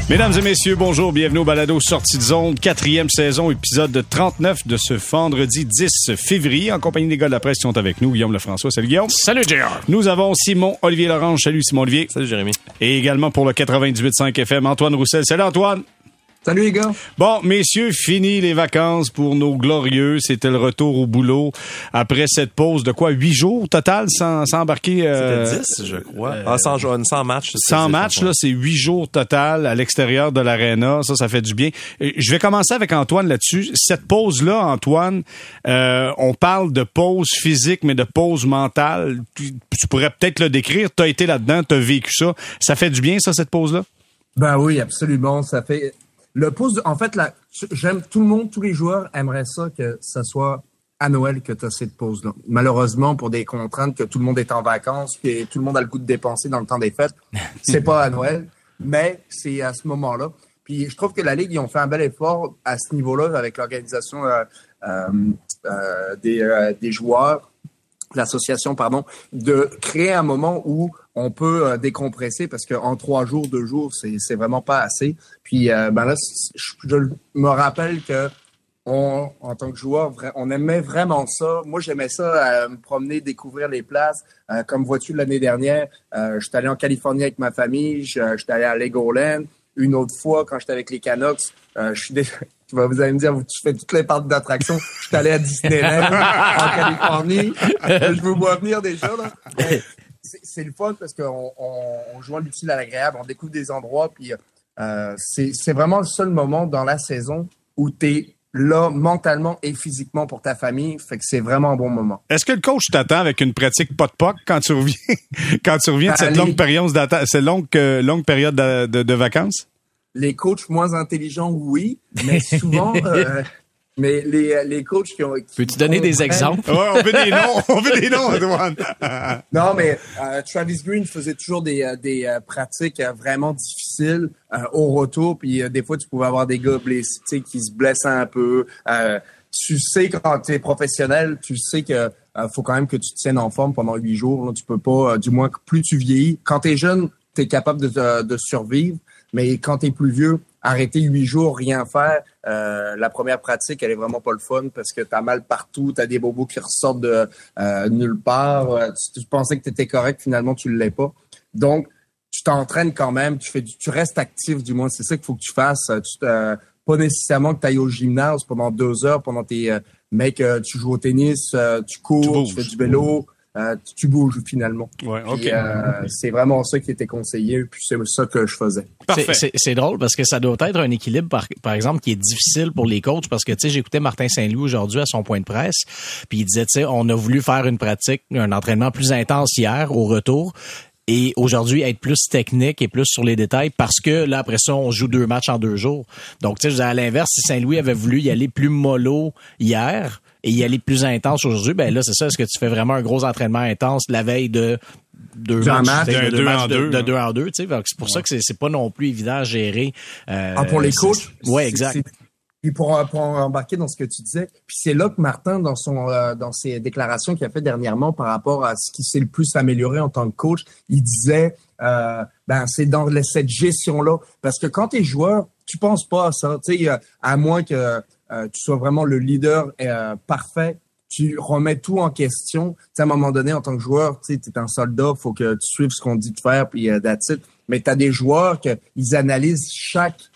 Mesdames et messieurs, bonjour, bienvenue au balado Sortie de zone, 4e saison, épisode 39 de ce vendredi 10 février, en compagnie des gars de la presse qui sont avec nous, Guillaume Lefrançois. Salut Guillaume. Salut JR. Nous avons Simon-Olivier Lorange. Salut Simon-Olivier. Salut Jérémy. Et également pour le 98.5 FM, Antoine Roussel. Salut Antoine. Salut les gars. Bon, messieurs, fini les vacances pour nos glorieux. C'était le retour au boulot après cette pause de quoi? 8 jours total sans embarquer? C'était 10, je crois. 100 matchs. 100 matchs, là, c'est 8 jours total à l'extérieur de l'aréna. Ça fait du bien. Je vais commencer avec Antoine là-dessus. Cette pause-là, Antoine, on parle de pause physique, mais de pause mentale. Tu pourrais peut-être le décrire. T'as été là-dedans, t'as vécu ça. Ça fait du bien, ça, cette pause-là? Ben oui, absolument. Ça fait... Le pause, en fait, là, j'aime tout le monde, tous les joueurs aimeraient ça que ça soit à Noël que tu as cette pause-là. Malheureusement, pour des contraintes que tout le monde est en vacances et tout le monde a le goût de dépenser dans le temps des fêtes, c'est pas à Noël, mais c'est à ce moment-là. Puis je trouve que la Ligue, ils ont fait un bel effort à ce niveau-là avec l'organisation des joueurs, l'association, de créer un moment où on peut décompresser parce qu'en 3 jours, 2 jours, c'est vraiment pas assez. Puis là, je me rappelle que en tant que joueur, on aimait vraiment ça. Moi, j'aimais ça, me promener, découvrir les places. Comme vois-tu, l'année dernière, j'étais allé en Californie avec ma famille, j'étais allé à Legoland. Une autre fois, quand j'étais avec les Canucks, vous allez me dire, tu fais toutes les parties d'attraction. Je suis allé à Disneyland en Californie. Je vous vois venir déjà, là. C'est le fun parce qu'on joue l'utile à l'agréable, on découvre des endroits, puis c'est vraiment le seul moment dans la saison où tu es là mentalement et physiquement pour ta famille, fait que c'est vraiment un bon moment. Est-ce que le coach t'attend avec une pratique pas de puck quand tu reviens de cette longue période de vacances? Les coachs moins intelligents, oui, mais souvent... Mais les coachs qui ont... Peux-tu donner des exemples? Ouais, on veut des noms, Antoine. Non, mais Travis Green faisait toujours des pratiques vraiment difficiles au retour. Puis des fois, tu pouvais avoir des gars blessés qui se blessent un peu. Tu sais, quand tu es professionnel, tu sais que faut quand même que tu te tiennes en forme pendant 8 jours. Là. Tu peux pas, du moins, plus tu vieillis. Quand tu es jeune, tu es capable de survivre. Mais quand tu es plus vieux, arrêter 8 jours, rien faire, la première pratique, elle est vraiment pas le fun parce que t'as mal partout, t'as des bobos qui ressortent de nulle part. Tu pensais que t'étais correct, finalement, tu l'es pas. Donc, tu t'entraînes quand même, tu restes actif, du moins, c'est ça qu'il faut que tu fasses. Pas nécessairement que tu ailles au gymnase pendant 2 heures, pendant tes tu joues au tennis, tu cours, tu fais du vélo. Tu bouges finalement. Ouais, OK. Puis, c'est vraiment ça qui était conseillé, puis c'est ça que je faisais. C'est drôle parce que ça doit être un équilibre, par exemple, qui est difficile pour les coachs parce que, tu sais, j'écoutais Martin Saint-Louis aujourd'hui à son point de presse, puis il disait, tu sais, on a voulu faire une pratique, un entraînement plus intense hier au retour. Et aujourd'hui, être plus technique et plus sur les détails parce que là, après ça, on joue 2 matchs en 2 jours. Donc, tu sais, à l'inverse, si Saint-Louis avait voulu y aller plus mollo hier et y aller plus intense aujourd'hui, ben là, c'est ça. Est-ce que tu fais vraiment un gros entraînement intense la veille de 2 matchs, de 2 en 2, tu sais. C'est pour ça que c'est pas non plus évident à gérer. Pour les coachs? Ouais, exact. Puis pour embarquer dans ce que tu disais, puis c'est là que Martin, dans ses déclarations qu'il a fait dernièrement par rapport à ce qui s'est le plus amélioré en tant que coach, il disait, c'est dans cette gestion-là. Parce que quand t'es joueur, tu penses pas à ça. Tu sais, à moins que tu sois vraiment le leader parfait, tu remets tout en question. Tu sais, à un moment donné, en tant que joueur, tu sais, t'es un soldat, faut que tu suives ce qu'on dit de faire, puis that's it. Mais t'as des joueurs ils analysent chaque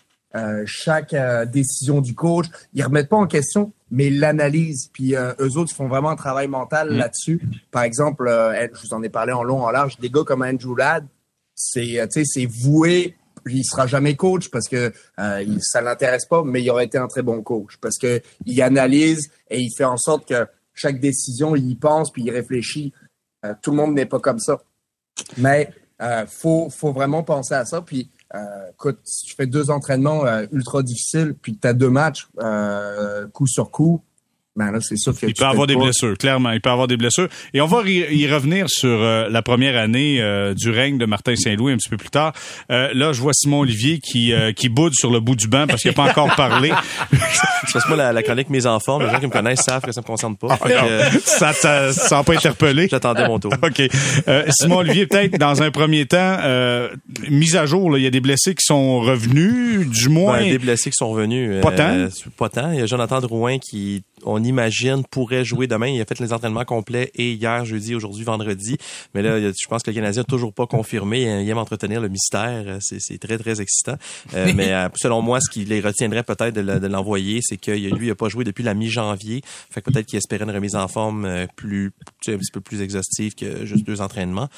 décision du coach. Ils remettent pas en question, mais ils l'analysent. Puis eux autres, ils font vraiment un travail mental là-dessus. Par exemple, je vous en ai parlé en long, en large, des gars comme Andrew Ladd, c'est voué. Il sera jamais coach parce que ça l'intéresse pas, mais il aurait été un très bon coach parce que il analyse et il fait en sorte que chaque décision, il y pense puis il réfléchit. Tout le monde n'est pas comme ça. Mais faut vraiment penser à ça. Puis écoute, si tu fais 2 entraînements ultra difficiles, puis que tu as 2 matchs coup sur coup, ben là, c'est sûr que il peut avoir des blessures, clairement. Il peut avoir des blessures. Et on va y revenir sur la première année du règne de Martin Saint-Louis un petit peu plus tard. Là, je vois Simon Olivier qui boude sur le bout du banc parce qu'il n'a pas encore parlé. C'est parce que moi, la chronique mise en forme, les gens qui me connaissent savent que ça me concerne pas. Ça n'a pas interpellé. J'attendais mon tour. OK. Simon Olivier, peut-être dans un premier temps, mise à jour, il y a des blessés qui sont revenus, du moins. Des blessés qui sont revenus. Pas tant. Pas tant. Il y a Jonathan Drouin qui, on imagine, pourrait jouer demain. Il a fait les entraînements complets et hier, jeudi, aujourd'hui, vendredi. Mais là, je pense que le Canadien n'a toujours pas confirmé. Il aime entretenir le mystère. C'est très, très excitant. Mais selon moi, ce qui les retiendrait peut-être de l'envoyer, c'est que lui, il n'a pas joué depuis la mi-janvier. Fait que peut-être qu'il espérait une remise en forme un petit peu plus exhaustive que juste 2 entraînements.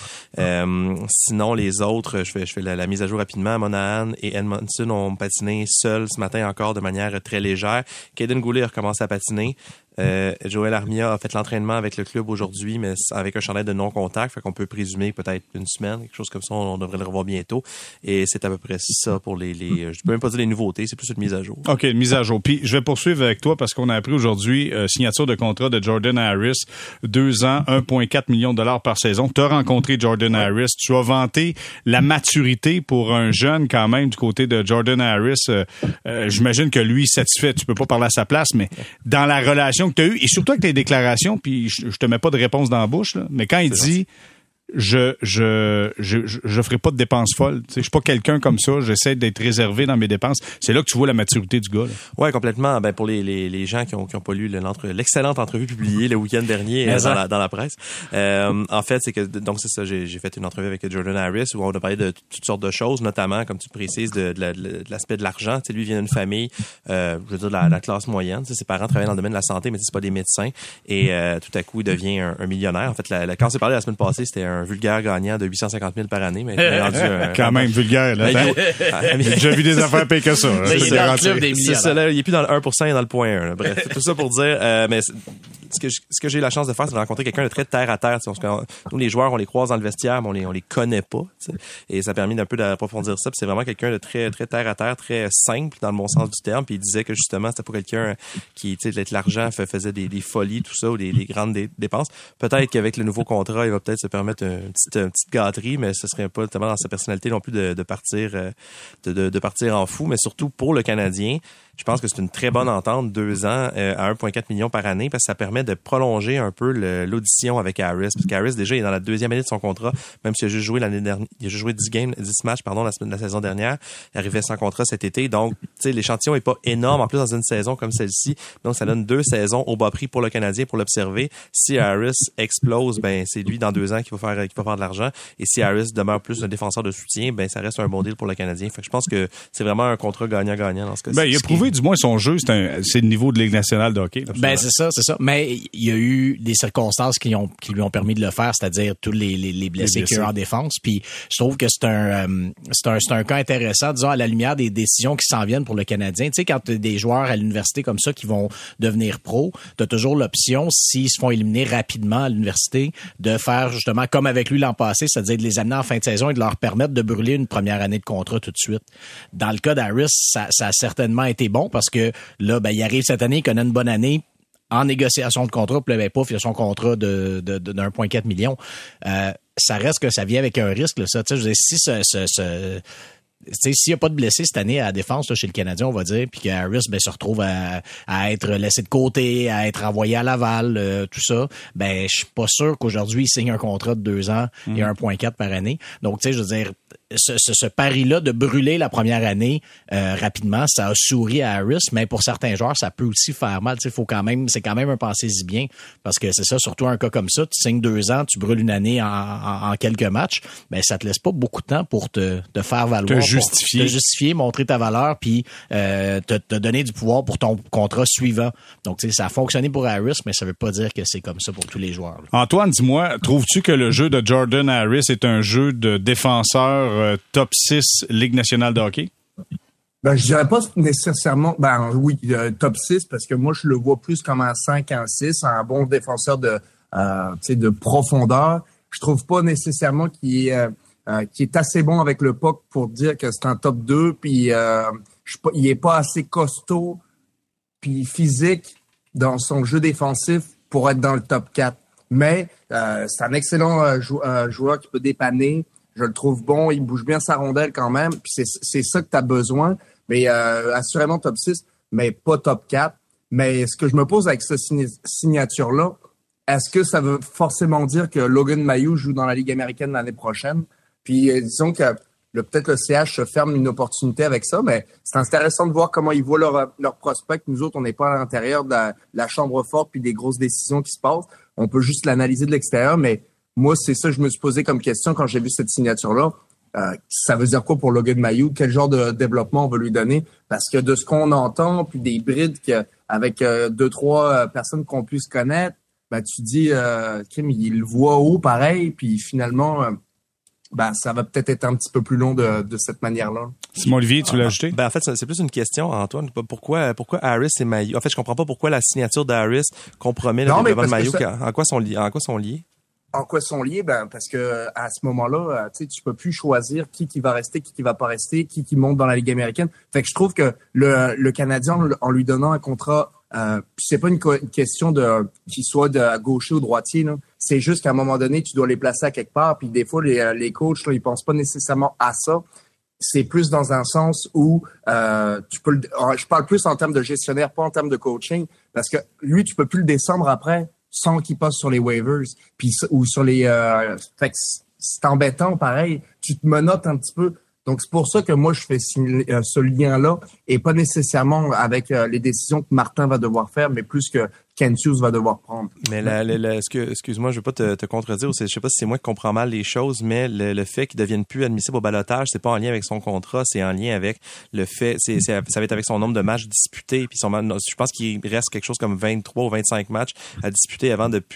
Sinon, les autres, je fais la mise à jour rapidement. Monahan et Edmondson ont patiné seuls ce matin encore de manière très légère. Kaden Goulet a recommencé à patiner. Joël Armia a fait l'entraînement avec le club aujourd'hui, mais avec un chandail de non-contact, fait qu'on peut présumer peut-être une semaine, quelque chose comme ça, on devrait le revoir bientôt. Et c'est à peu près ça pour je peux même pas dire les nouveautés, c'est plus une mise à jour. OK, une mise à jour. Puis je vais poursuivre avec toi parce qu'on a appris aujourd'hui signature de contrat de Jordan Harris, 2 ans, 1,4 million de dollars par saison. Tu as rencontré Jordan Harris, tu as vanté la maturité pour un jeune quand même du côté de Jordan Harris. J'imagine que lui, satisfait, tu peux pas parler à sa place, mais dans la relation que tu as eue, et surtout avec tes déclarations, puis je te mets pas de réponse dans la bouche, là, mais quand il dit je ferai pas de dépenses folles. Je suis pas quelqu'un comme ça. J'essaie d'être réservé dans mes dépenses. C'est là que tu vois la maturité du gars. Là. Ouais, complètement. Ben pour les gens qui ont pas lu l'excellente entrevue publiée le week-end dernier dans la presse. En fait, c'est que donc c'est ça. J'ai fait une entrevue avec Jordan Harris où on a parlé de toutes sortes de choses, notamment comme tu précises de l'aspect de l'argent. Tu sais, lui vient d'une famille, je veux dire de la classe moyenne. Tu sais, ses parents travaillent dans le domaine de la santé, mais c'est pas des médecins. Et tout à coup, il devient un millionnaire. En fait, quand on s'est parlé la semaine passée, c'était un vulgaire gagnant de 850 000 par année, mais il est rendu quand même vulgaire, là. J'ai déjà vu des affaires pires que ça. Il est dans le club des c'est ça, là, il est plus dans le 1%, il est dans le 0.1. Là. Bref, tout ça pour dire, mais ce que j'ai eu la chance de faire, c'est de rencontrer quelqu'un de très terre à terre. Nous, les joueurs, on les croise dans le vestiaire, mais on les connaît pas. T'sais. Et ça a permis d'un peu d'approfondir ça. Puis c'est vraiment quelqu'un de très, très terre à terre, très simple dans le bon sens du terme. Puis il disait que justement, c'était pas quelqu'un qui, tu sais, l'argent faisait des folies, tout ça, ou des grandes dépenses. Peut-être qu'avec le nouveau contrat, il va peut-être se permettre une petite gâterie, mais ce serait pas tellement dans sa personnalité non plus de partir en fou. Mais surtout pour le Canadien, je pense que c'est une très bonne entente, 2 ans à 1,4 million par année, parce que ça permet de prolonger un peu l'audition avec Harris. Parce qu'Harris, déjà, il est dans la 2e année de son contrat, même s'il a juste joué l'année dernière, il a juste joué 10 matchs, la saison dernière. Il arrivait sans contrat cet été. Donc, tu sais, l'échantillon est pas énorme, en plus dans une saison comme celle-ci. Donc, ça donne 2 saisons au bas prix pour le Canadien pour l'observer. Si Harris explose, ben, c'est lui dans 2 ans qui va faire de l'argent. Et si Harris demeure plus un défenseur de soutien, ben, ça reste un bon deal pour le Canadien. Fait que je pense que c'est vraiment un contrat gagnant-gagnant dans ce cas-ci. Ben, il a prouvé, du moins, son jeu, c'est le niveau de Ligue nationale de hockey. Là, ben, c'est ça. Mais il y a eu des circonstances qui lui ont permis de le faire, c'est-à-dire tous les blessés qu'il y a eu en défense. Puis, je trouve que c'est un cas intéressant, disons, à la lumière des décisions qui s'en viennent pour le Canadien. Tu sais, quand tu as des joueurs à l'université comme ça qui vont devenir pro, tu as toujours l'option, s'ils se font éliminer rapidement à l'université, de faire justement comme avec lui l'an passé, c'est-à-dire de les amener en fin de saison et de leur permettre de brûler une première année de contrat tout de suite. Dans le cas d'Harris, ça a certainement été bon parce que là, ben, il arrive cette année, il connaît une bonne année en négociation de contrat, puis ben, pouf, il a son contrat de 1,4 million. Ça reste que ça vient avec un risque, là, ça. Tu sais, je veux dire, si s'il n'y a pas de blessés cette année à la défense là, chez le Canadien, on va dire, puis que Harris ben, se retrouve à être laissé de côté, à être envoyé à Laval, tout ça, ben je suis pas sûr qu'aujourd'hui il signe un contrat de 2 ans et 1,4 par année. Donc, tu sais, je veux dire, ce pari-là de brûler la première année rapidement, ça a souri à Harris, mais pour certains joueurs, ça peut aussi faire mal. Tu sais, c'est quand même un pensez-y bien, parce que c'est ça, surtout un cas comme ça, tu signes 2 ans, tu brûles une année en quelques matchs, ben ça te laisse pas beaucoup de temps pour te faire valoir, te justifier, montrer ta valeur, puis te donner du pouvoir pour ton contrat suivant. Donc, tu sais, ça a fonctionné pour Harris, mais ça veut pas dire que c'est comme ça pour tous les joueurs. Là. Antoine, dis-moi, trouves-tu que le jeu de Jordan Harris est un jeu de défenseur top 6 Ligue nationale de hockey? Ben, je dirais pas nécessairement, oui, top 6, parce que moi, je le vois plus comme un 5, un 6, un bon défenseur de profondeur. Je trouve pas nécessairement qu'il est assez bon avec le puck pour dire que c'est un top 2, puis il est pas assez costaud puis physique dans son jeu défensif pour être dans le top 4. Mais c'est un excellent joueur qui peut dépanner. Je le trouve bon, il bouge bien sa rondelle quand même. Puis c'est ça que tu as besoin. Mais assurément top 6, mais pas top 4. Mais ce que je me pose avec cette signature-là, est-ce que ça veut forcément dire que Logan Mailloux joue dans la Ligue américaine l'année prochaine? Puis disons que peut-être le CH se ferme une opportunité avec ça, mais c'est intéressant de voir comment ils voient leur prospect. Nous autres, on n'est pas à l'intérieur de la chambre forte puis des grosses décisions qui se passent. On peut juste l'analyser de l'extérieur, mais moi, c'est ça que je me suis posé comme question quand j'ai vu cette signature-là. Ça veut dire quoi pour Logan Mailloux? Quel genre de développement on veut lui donner? Parce que de ce qu'on entend, puis des brides avec 2-3 personnes qu'on puisse connaître, ben tu dis, Kim, il le voit haut pareil, puis finalement, ça va peut-être être un petit peu plus long de cette manière-là. Simon-Olivier, tu l'as ajouté? En fait, c'est plus une question, Antoine. Pourquoi Harris et Mailloux? En fait, je comprends pas pourquoi la signature d'Harris compromet le développement de Mailloux. En quoi sont liés? En quoi sont liés? Parce que à ce moment-là, tu peux plus choisir qui va rester, qui va pas rester, qui monte dans la Ligue américaine. Fait que je trouve que le Canadien, en lui donnant un contrat, puis c'est pas une question de qu'il soit de gaucher ou droitier, là. C'est juste qu'à un moment donné, tu dois les placer à quelque part. Puis des fois, les coachs, là, ils pensent pas nécessairement à ça. C'est plus dans un sens où je parle plus en termes de gestionnaire, pas en termes de coaching, parce que lui, tu peux plus le descendre après sans qu'il passe sur les waivers, puis ou sur les. Fait que c'est embêtant, pareil. Tu te menottes un petit peu. Donc c'est pour ça que moi je fais ce lien-là et pas nécessairement avec les décisions que Martin va devoir faire, mais plus que Kent Hughes va devoir prendre. Mais excuse-moi, je veux pas te contredire, je sais pas si c'est moi qui comprends mal les choses, mais le fait qu'il devienne plus admissible au ballottage, c'est pas en lien avec son contrat, c'est en lien avec le fait, ça va être avec son nombre de matchs disputés, puis je pense qu'il reste quelque chose comme 23 ou 25 matchs à disputer avant de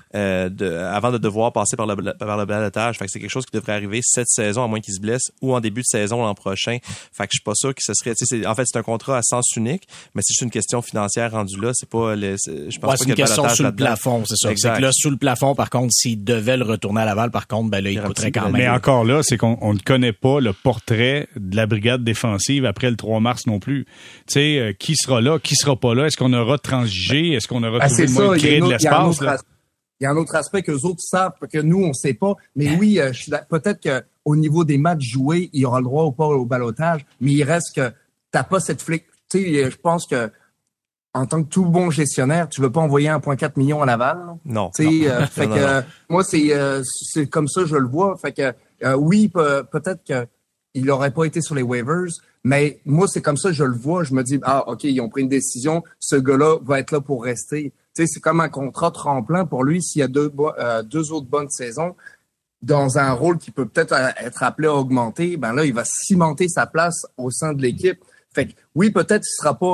devoir passer par le ballottage. Fait que c'est quelque chose qui devrait arriver cette saison, à moins qu'il se blesse, ou en début de saison l'an prochain. Fait que je suis pas sûr que ce serait, en fait, c'est un contrat à sens unique, mais c'est juste une question financière rendue là, c'est pas je pense pas c'est une question sous le plafond, c'est ça. Exact. C'est que là, sous le plafond, par contre, s'il devait le retourner à Laval, par contre, là, il coûterait quand même. Mais encore là, c'est qu'on ne connaît pas le portrait de la brigade défensive après le 3 mars non plus. Tu sais, qui sera là, qui sera pas là? Est-ce qu'on aura transigé? Est-ce qu'on aura trouvé le moyen de créer de l'espace? Il y a un autre aspect que les autres savent, que nous, on sait pas. Mais oui, peut-être qu'au niveau des matchs joués, il y aura le droit ou pas au ballottage, mais il reste que t'as pas cette flic. Tu sais, je pense que en tant que tout bon gestionnaire, tu veux pas envoyer 1,4 million à Laval. Non. Tu sais, fait que moi c'est comme ça je le vois. Fait que oui, peut-être que il aurait pas été sur les waivers, mais moi c'est comme ça je le vois. Je me dis OK, ils ont pris une décision. Ce gars-là va être là pour rester. Tu sais, c'est comme un contrat tremplin pour lui. S'il y a deux autres bonnes saisons dans un rôle qui peut peut-être être appelé à augmenter, ben là il va cimenter sa place au sein de l'équipe. Fait que oui, peut-être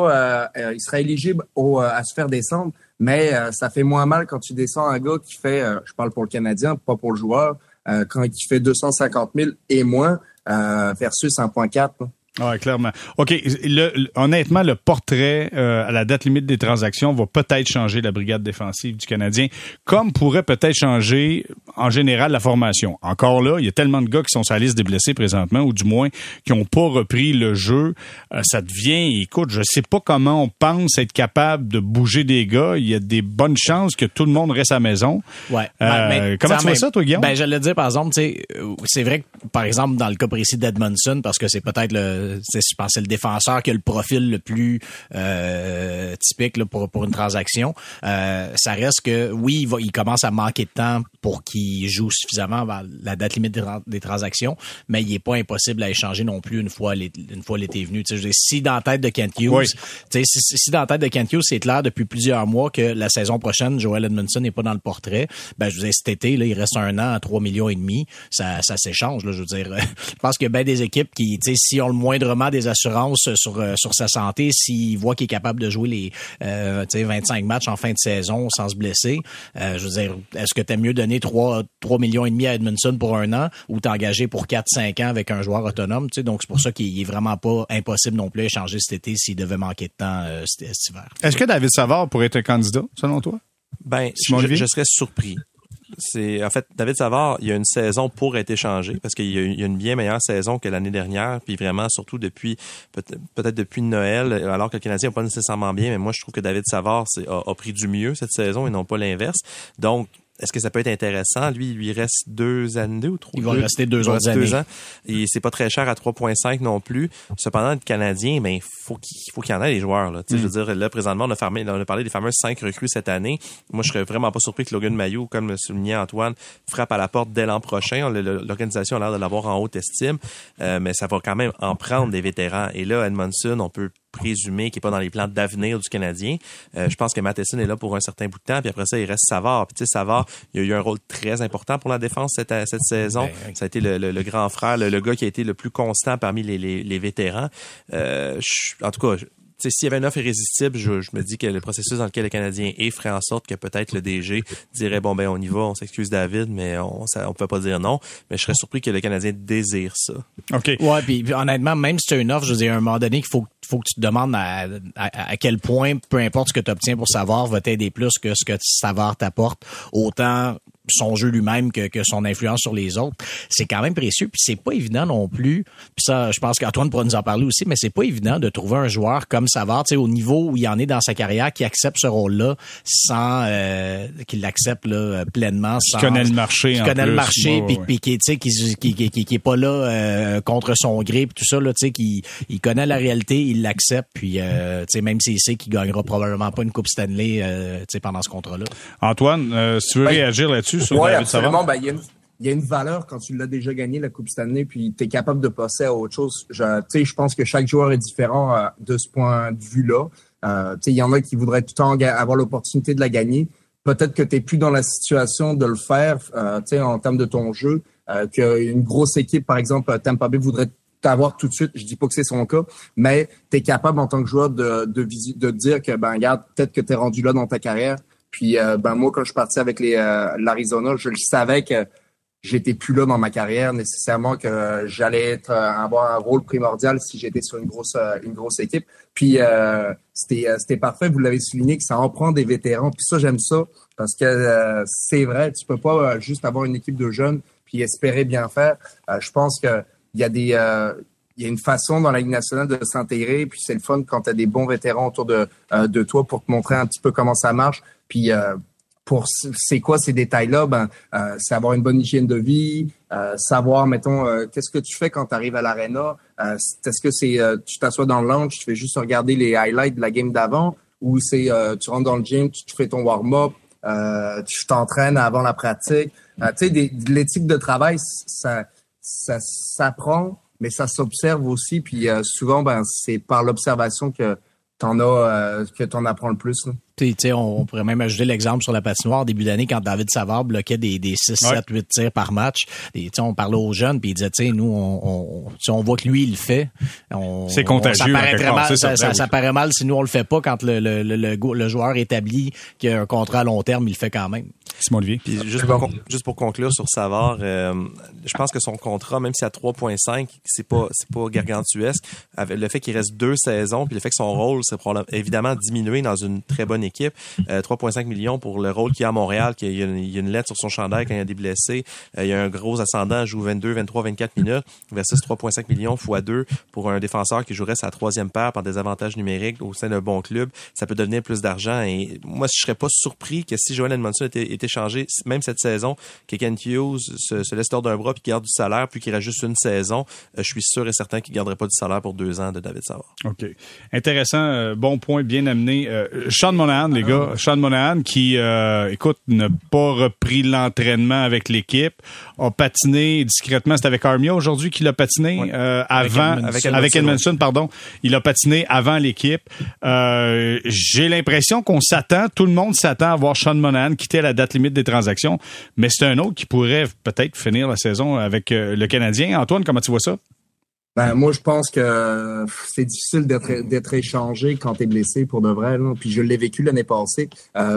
il sera éligible à se faire descendre, mais ça fait moins mal quand tu descends un gars qui fait, je parle pour le Canadien, pas pour le joueur, quand il fait 250 000 et moins versus 1,4. Ouais, clairement. OK. Honnêtement, le portrait à la date limite des transactions va peut-être changer la brigade défensive du Canadien, comme pourrait peut-être changer en général la formation. Encore là, il y a tellement de gars qui sont sur la liste des blessés présentement, ou du moins qui n'ont pas repris le jeu. Ça devient, écoute, je sais pas comment on pense être capable de bouger des gars. Il y a des bonnes chances que tout le monde reste à la maison. Ouais. Comment tu vois ça, toi, Guillaume? J'allais dire, par exemple, tu sais, c'est vrai que, par exemple, dans le cas précis d'Edmondson, parce que c'est peut-être je pense que c'est le défenseur qui a le profil le plus typique là, pour une transaction. Ça reste que oui, il commence à manquer de temps pour qu'il joue suffisamment avant la date limite des transactions, mais il est pas impossible à échanger non plus une fois l'été venu. Tu sais, si dans la tête de Kent Hughes, tu sais, si dans la tête de Kent Hughes, c'est clair depuis plusieurs mois que la saison prochaine, Joel Edmondson n'est pas dans le portrait. Ben je veux dire, cet été là, il reste un an à 3,5 millions. Ça s'échange là. Je veux dire, je pense qu'il y a bien des équipes qui, tu sais, si ont le moindrement des assurances sur sa santé, s'il voit qu'il est capable de jouer les 25 matchs en fin de saison sans se blesser, je veux dire, est-ce que t'aimes mieux donner 3,5 millions à Edmondson pour un an ou t'engager pour 4-5 ans avec un joueur autonome, tu sais, donc c'est pour ça qu'il est vraiment pas impossible non plus à échanger cet été s'il devait manquer de temps cet hiver. Est-ce que David Savard pourrait être un candidat, selon toi? Ben, je serais surpris. En fait, David Savard, il y a une saison pour être échangé parce qu'il y a une bien meilleure saison que l'année dernière, puis vraiment, surtout peut-être depuis Noël, alors que le Canadien n'a pas nécessairement bien, mais moi, je trouve que David Savard a pris du mieux cette saison et non pas l'inverse. Donc, est-ce que ça peut être intéressant? Lui, il lui reste 2 années ou 3? Il va rester 2 autres années. 2 ans. Et c'est pas très cher à 3,5 non plus. Cependant, le Canadien, il faut qu'il y en ait les joueurs, là. Je veux dire, là, présentement, on a parlé des fameuses 5 recrues cette année. Moi, je serais vraiment pas surpris que Logan Mailloux, comme le soulignait Antoine, frappe à la porte dès l'an prochain. L'organisation a l'air de l'avoir en haute estime. Mais ça va quand même en prendre des vétérans. Et là, Edmondson, on peut présumé qui est pas dans les plans d'avenir du Canadien. Je pense que Matheson est là pour un certain bout de temps, puis après ça, il reste Savard. Puis tu sais, Savard, il a eu un rôle très important pour la défense cette saison. Ça a été le grand frère, le gars qui a été le plus constant parmi les vétérans. En tout cas, s'il y avait une offre irrésistible, je me dis que le processus dans lequel le Canadien est ferait en sorte que peut-être le DG dirait bon on y va, on s'excuse David, mais on peut pas dire non. Mais je serais surpris que le Canadien désire ça. OK. Ouais, puis honnêtement, même si tu as une offre, je veux dire, à un moment donné, il faut que tu te demandes à quel point, peu importe ce que tu obtiens pour Savard, va t'aider plus que ce que Savard t'apporte, autant son jeu lui-même que son influence sur les autres. C'est quand même précieux, puis c'est pas évident non plus. Puis ça, je pense qu'Antoine pourra nous en parler aussi, mais c'est pas évident de trouver un joueur comme Savard, tu sais, au niveau où il en est dans sa carrière, qui accepte ce rôle-là sans qu'il l'accepte là pleinement, sans qui connaît le marché, qui connaît le marché, puis qui est pas là contre son gré, puis tout ça là, tu sais, qui il connaît la réalité, il l'accepte, puis tu sais, même s'il sait qu'il gagnera probablement pas une Coupe Stanley, tu sais, pendant ce contrat-là. Antoine, si tu veux réagir là-dessus sur David Savard? Ben, il y a une valeur quand tu l'as déjà gagné, la Coupe Stanley, puis tu es capable de passer à autre chose. Je pense que chaque joueur est différent de ce point de vue-là. Il y en a qui voudraient tout le temps avoir l'opportunité de la gagner. Peut-être que tu n'es plus dans la situation de le faire en termes de ton jeu. Qu'une grosse équipe, par exemple, Tampa Bay voudrait t'avoir tout de suite. Je dis pas que c'est son cas, mais tu es capable en tant que joueur de dire que, regarde, peut-être que tu es rendu là dans ta carrière. Puis moi, quand je suis parti avec l'Arizona, je le savais que j'étais plus là dans ma carrière nécessairement, que j'allais avoir un rôle primordial si j'étais sur une grosse équipe. Puis c'était parfait, vous l'avez souligné, que ça en prend des vétérans. Puis ça, j'aime ça parce que c'est vrai, tu peux pas juste avoir une équipe de jeunes puis espérer bien faire. Je pense que il y a une façon dans la Ligue nationale de s'intégrer, puis c'est le fun quand tu as des bons vétérans autour de toi pour te montrer un petit peu comment ça marche. Puis c'est quoi ces détails-là? C'est avoir une bonne hygiène de vie, savoir, mettons, qu'est-ce que tu fais quand tu arrives à l'aréna? Est-ce que tu t'assois dans le lounge, tu fais juste regarder les highlights de la game d'avant, ou c'est tu rentres dans le gym, tu fais ton warm-up, tu t'entraînes avant la pratique? Tu sais, l'éthique de travail, ça s'apprend, mais ça s'observe aussi. Puis souvent, c'est par l'observation que t'en apprends le plus. Là. Tu sais, on pourrait même ajouter l'exemple sur la patinoire début d'année quand David Savard bloquait des 6, 7, 8 tirs par match. On parlait aux jeunes puis il disait, tu sais, nous, on voit que lui, il le fait. C'est contagieux. Ça paraît mal si nous, on le fait pas quand le joueur établi qui a un contrat à long terme, il le fait quand même. Simon Olivier. Puis juste pour conclure sur Savard, je pense que son contrat, même si à 3,5, c'est pas gargantuesque, avec le fait qu'il reste 2 saisons, puis le fait que son rôle s'est évidemment diminué dans une très bonne équipe, 3,5 millions pour le rôle qu'il a à Montréal, qu'il y a une lettre sur son chandail quand il y a des blessés, il y a un gros ascendant, joue 22, 23, 24 minutes, versus 3,5 millions x 2 pour un défenseur qui jouerait sa 3e paire par des avantages numériques au sein d'un bon club, ça peut devenir plus d'argent. Et moi, je serais pas surpris que si Joel Edmondson était échangé, même cette saison, que Kent Hughes se laisse tordre d'un bras puis qu'il garde du salaire, puis qu'il reste juste une saison, je suis sûr et certain qu'il garderait pas du salaire pour 2 ans de David Savard. OK. Intéressant, bon point, bien amené. Sean Monahan, les gars. Sean Monahan qui, écoute, n'a pas repris l'entraînement avec l'équipe, a patiné discrètement. C'est avec Armia aujourd'hui qu'il a patiné, oui. Avec Edmondson, pardon. Il a patiné avant l'équipe. J'ai l'impression tout le monde s'attend à voir Sean Monahan quitter la date limite des transactions, mais c'est un autre qui pourrait peut-être finir la saison avec le Canadien. Antoine, comment tu vois ça? Moi, je pense que c'est difficile d'être échangé quand t'es blessé pour de vrai. Là. Puis je l'ai vécu l'année passée.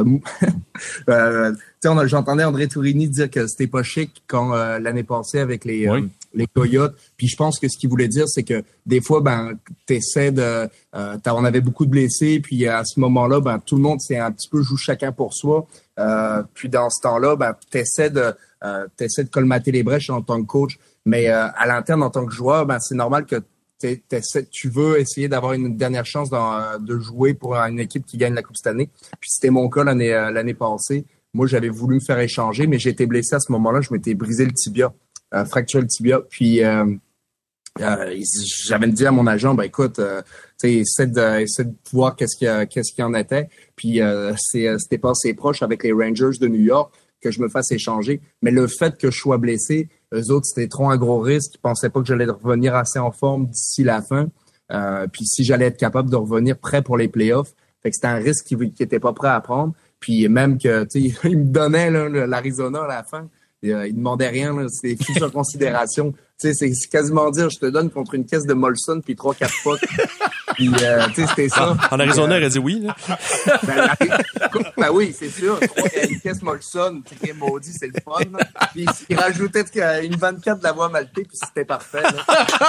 J'entendais André Tourini dire que c'était pas chic quand l'année passée avec les Coyotes. Puis je pense que ce qu'il voulait dire, c'est que des fois, t'essaies on avait beaucoup de blessés. Puis à ce moment-là, tout le monde c'est un petit peu joue chacun pour soi. Puis dans ce temps-là, ben, t'essaies de colmater les brèches en tant que coach. Mais à l'interne, en tant que joueur, ben c'est normal que tu veux essayer d'avoir une dernière chance de jouer pour une équipe qui gagne la Coupe cette année. Puis c'était mon cas l'année passée. Moi, j'avais voulu me faire échanger, mais j'ai été blessé à ce moment-là. Je m'étais brisé le tibia, fracturé le tibia. Puis j'avais dit à mon agent, ben écoute, essaie de voir qu'est-ce qu'il en était. Puis c'était passé proche avec les Rangers de New York que je me fasse échanger. Mais le fait que je sois blessé, eux autres, c'était trop un gros risque. Ils pensaient pas que j'allais revenir assez en forme d'ici la fin. Puis si j'allais être capable de revenir prêt pour les playoffs. Fait que c'était un risque qu'ils n'étaient pas prêts à prendre. Puis même que, tu sais, ils me donnaient l'Arizona à la fin. Ils demandaient rien, là. C'était fiche en considération. Tu sais, c'est quasiment dire, je te donne contre une caisse de Molson puis 3-4 potes. Puis, tu sais, c'était ça. En Arizona, il a dit oui, là. Ben oui, c'est sûr. Une caisse Molson, c'est maudit, c'est le fun, là. Puis il rajoutait une 24 de la voie maltée, puis c'était parfait, là.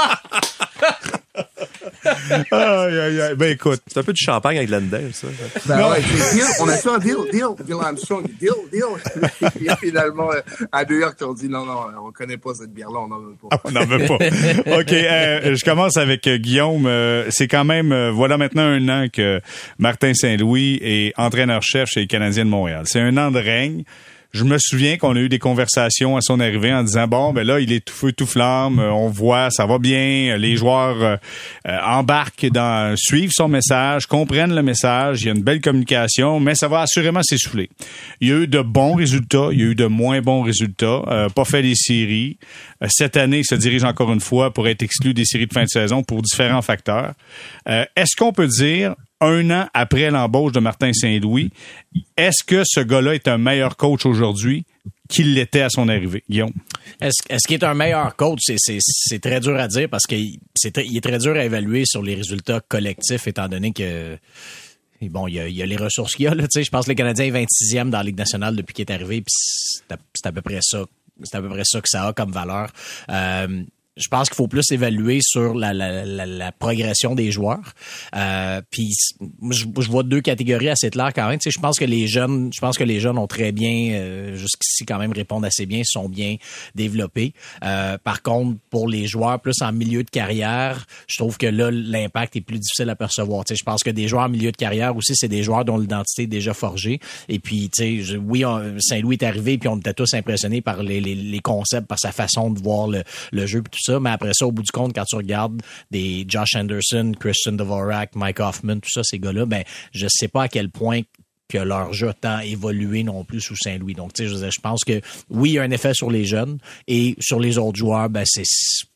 Aïe, aïe, aïe. Ben écoute. C'est un peu du champagne avec Glendale, ça. Ben ouais, deal, on a fait un deal Armstrong, deal. Et finalement, à New York, on dit non, on connaît pas cette bière-là, on n'en veut pas. Ah, on n'en veut pas. OK, je commence avec Guillaume. C'est quand même, voilà maintenant 1 an que Martin Saint-Louis est entraîneur-chef chez les Canadiens de Montréal. C'est 1 an de règne. Je me souviens qu'on a eu des conversations à son arrivée en disant, bon, ben là, il est tout feu, tout flamme, on voit, ça va bien, les joueurs embarquent suivent son message, comprennent le message, il y a une belle communication, mais ça va assurément s'essouffler. Il y a eu de bons résultats, il y a eu de moins bons résultats, pas fait les séries. Cette année, il se dirige encore une fois pour être exclu des séries de fin de saison pour différents facteurs. Est-ce qu'on peut dire, 1 an après l'embauche de Martin Saint-Louis, est-ce que ce gars-là est un meilleur coach aujourd'hui qu'il l'était à son arrivée, Guillaume? Est-ce qu'il est un meilleur coach? C'est très dur à dire parce qu'il est très dur à évaluer sur les résultats collectifs étant donné que bon, il y a les ressources qu'il y a, là, tu sais. Je pense que le Canadien est 26e dans la Ligue nationale depuis qu'il est arrivé, puis c'est à peu près ça. C'est à peu près ça que ça a comme valeur. Je pense qu'il faut plus évaluer sur la progression des joueurs. Puis je vois 2 catégories assez claires quand même. Tu sais, je pense que les jeunes ont très bien jusqu'ici quand même répondent assez bien, sont bien développés. Par contre, pour les joueurs plus en milieu de carrière, je trouve que là l'impact est plus difficile à percevoir. Tu sais, je pense que des joueurs en milieu de carrière aussi, c'est des joueurs dont l'identité est déjà forgée. Et puis, tu sais, Saint-Louis est arrivé puis on était tous impressionnés par les concepts, par sa façon de voir le jeu. Tout ça, mais après ça, au bout du compte, quand tu regardes des Josh Anderson, Christian Dvorak, Mike Hoffman, tout ça, ces gars-là, ben, je sais pas à quel point que leur jeu a tant évolué non plus sous Saint-Louis. Donc, tu sais, je pense que oui, il y a un effet sur les jeunes et sur les autres joueurs, ben, c'est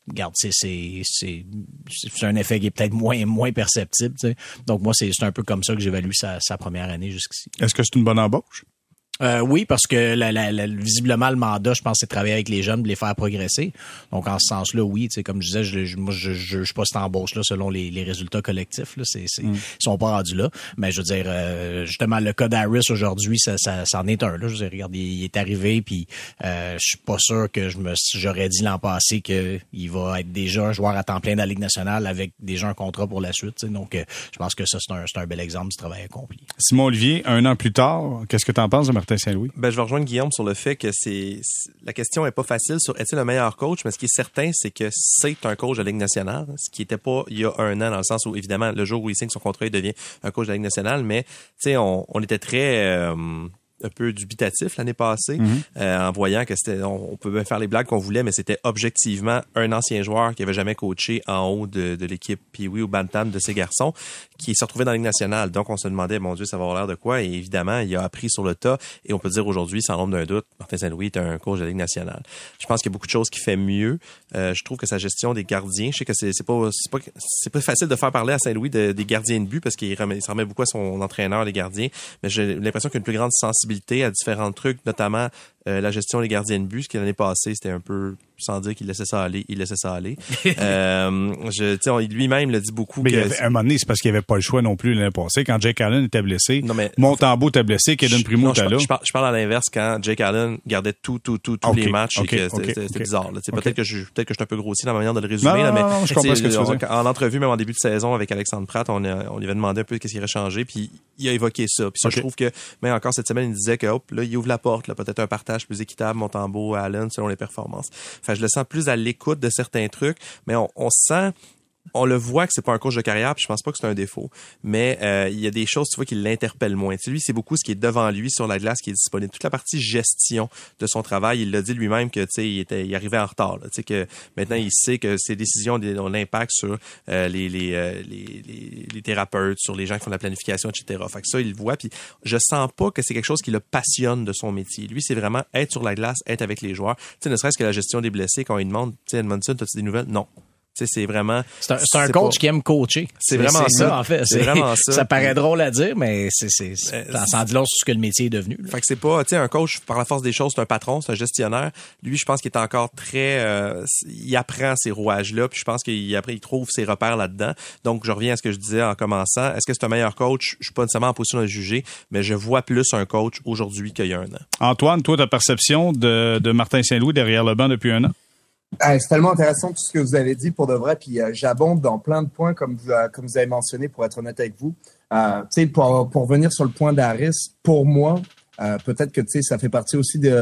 un effet qui est peut-être moins perceptible, tu sais. Donc, moi, c'est un peu comme ça que j'évalue sa première année jusqu'ici. Est-ce que c'est une bonne embauche? Oui, parce que visiblement le mandat, je pense, c'est de travailler avec les jeunes, de les faire progresser. Donc en ce sens-là, oui, tu sais, comme je disais, je juge pas cette embauche-là selon les résultats collectifs. Là, ils sont pas rendus là. Mais je veux dire, justement, le cas d'Harris aujourd'hui, ça en est un. Là, je veux dire, regarde, il est arrivé, puis je suis pas sûr que j'aurais dit l'an passé que il va être déjà un joueur à temps plein de la Ligue nationale avec déjà un contrat pour la suite. Tu sais. Donc, je pense que ça c'est un bel exemple du travail accompli. Simon Olivier, 1 an plus tard, qu'est-ce que tu en penses de Martin Saint-Louis? Ben, je vais rejoindre Guillaume sur le fait que la question est pas facile sur est-il le meilleur coach, mais ce qui est certain, c'est que c'est un coach de la Ligue nationale, ce qui était pas il y a 1 an, dans le sens où, évidemment, le jour où il signe son contrat, il devient un coach de la Ligue nationale, mais, tu sais, on était très, un peu dubitatif l'année passée, en voyant que on pouvait faire les blagues qu'on voulait, mais c'était objectivement un ancien joueur qui avait jamais coaché en haut de l'équipe Pee-wee ou Bantam de ces garçons, qui s'est retrouvé dans la Ligue nationale. Donc, on se demandait, mon Dieu, ça va avoir l'air de quoi? Et évidemment, il a appris sur le tas. Et on peut dire aujourd'hui, sans l'ombre d'un doute, Martin Saint-Louis est un coach de la Ligue nationale. Je pense qu'il y a beaucoup de choses qu'il fait mieux. Je trouve que sa gestion des gardiens, je sais que c'est pas facile de faire parler à Saint-Louis des gardiens de but parce qu'il s'en remet beaucoup à son entraîneur, les gardiens. Mais j'ai l'impression qu'il y a une plus grande sensibilité à différents trucs, notamment La gestion des gardiens de but, ce qui l'année passée, c'était un peu sans dire qu'il laissait ça aller, il laissait ça aller. Lui-même l'a dit beaucoup. Mais un moment donné, c'est parce qu'il n'y avait pas le choix non plus l'année passée. Quand Jake Allen était blessé, Montembeau était blessé, Kaden Primo était là. Je parle à l'inverse quand Jake Allen gardait tous les matchs. C'était bizarre. Peut-être que je suis un peu grossier dans ma manière de le résumer. Non, je comprends ce que tu veux dire. En entrevue, même en début de saison avec Alexandre Pratt, on lui avait demandé un peu qu'est-ce qui aurait changé, puis il a évoqué ça. Puis ça, je trouve que, mais encore cette semaine, il disait que là, il ouvre la porte, là, peut-être un partage plus équitable, Montembeau, Allen, selon les performances. Enfin, je le sens plus à l'écoute de certains trucs, mais on sent, on le voit que c'est pas un coach de carrière, puis je pense pas que c'est un défaut. Mais il y a des choses, tu vois, qui l'interpellent moins. Tu sais, lui, c'est beaucoup ce qui est devant lui sur la glace qui est disponible. Toute la partie gestion de son travail, il l'a dit lui-même que, tu sais, il arrivait en retard. Tu sais, que maintenant il sait que ses décisions ont l'impact sur les thérapeutes, sur les gens qui font la planification, etc. Fait que ça, il le voit. Puis je sens pas que c'est quelque chose qui le passionne de son métier. Lui, c'est vraiment être sur la glace, être avec les joueurs. Tu sais, ne serait-ce que la gestion des blessés, quand il demande, tu sais, Edmondson, t'as-tu des nouvelles? Non. C'est vraiment... C'est un coach qui aime coacher. C'est vraiment ça, en fait. C'est vraiment ça. Ça paraît drôle à dire, mais ça en dit long sur ce que le métier est devenu. Fait que c'est pas, tu sais, un coach, par la force des choses, c'est un patron, c'est un gestionnaire. Lui, je pense qu'il est encore très... il apprend ces rouages-là, puis je pense il trouve ses repères là-dedans. Donc, je reviens à ce que je disais en commençant. Est-ce que c'est un meilleur coach? Je suis pas nécessairement en position de le juger, mais je vois plus un coach aujourd'hui qu'il y a un an. Antoine, toi, ta perception de Martin Saint-Louis derrière le banc depuis un an? C'est tellement intéressant tout ce que vous avez dit pour de vrai, puis j'abonde dans plein de points comme vous avez mentionné, pour être honnête avec vous. Tu sais, pour revenir sur le point d'Harris, pour moi, peut-être que tu sais, ça fait partie aussi de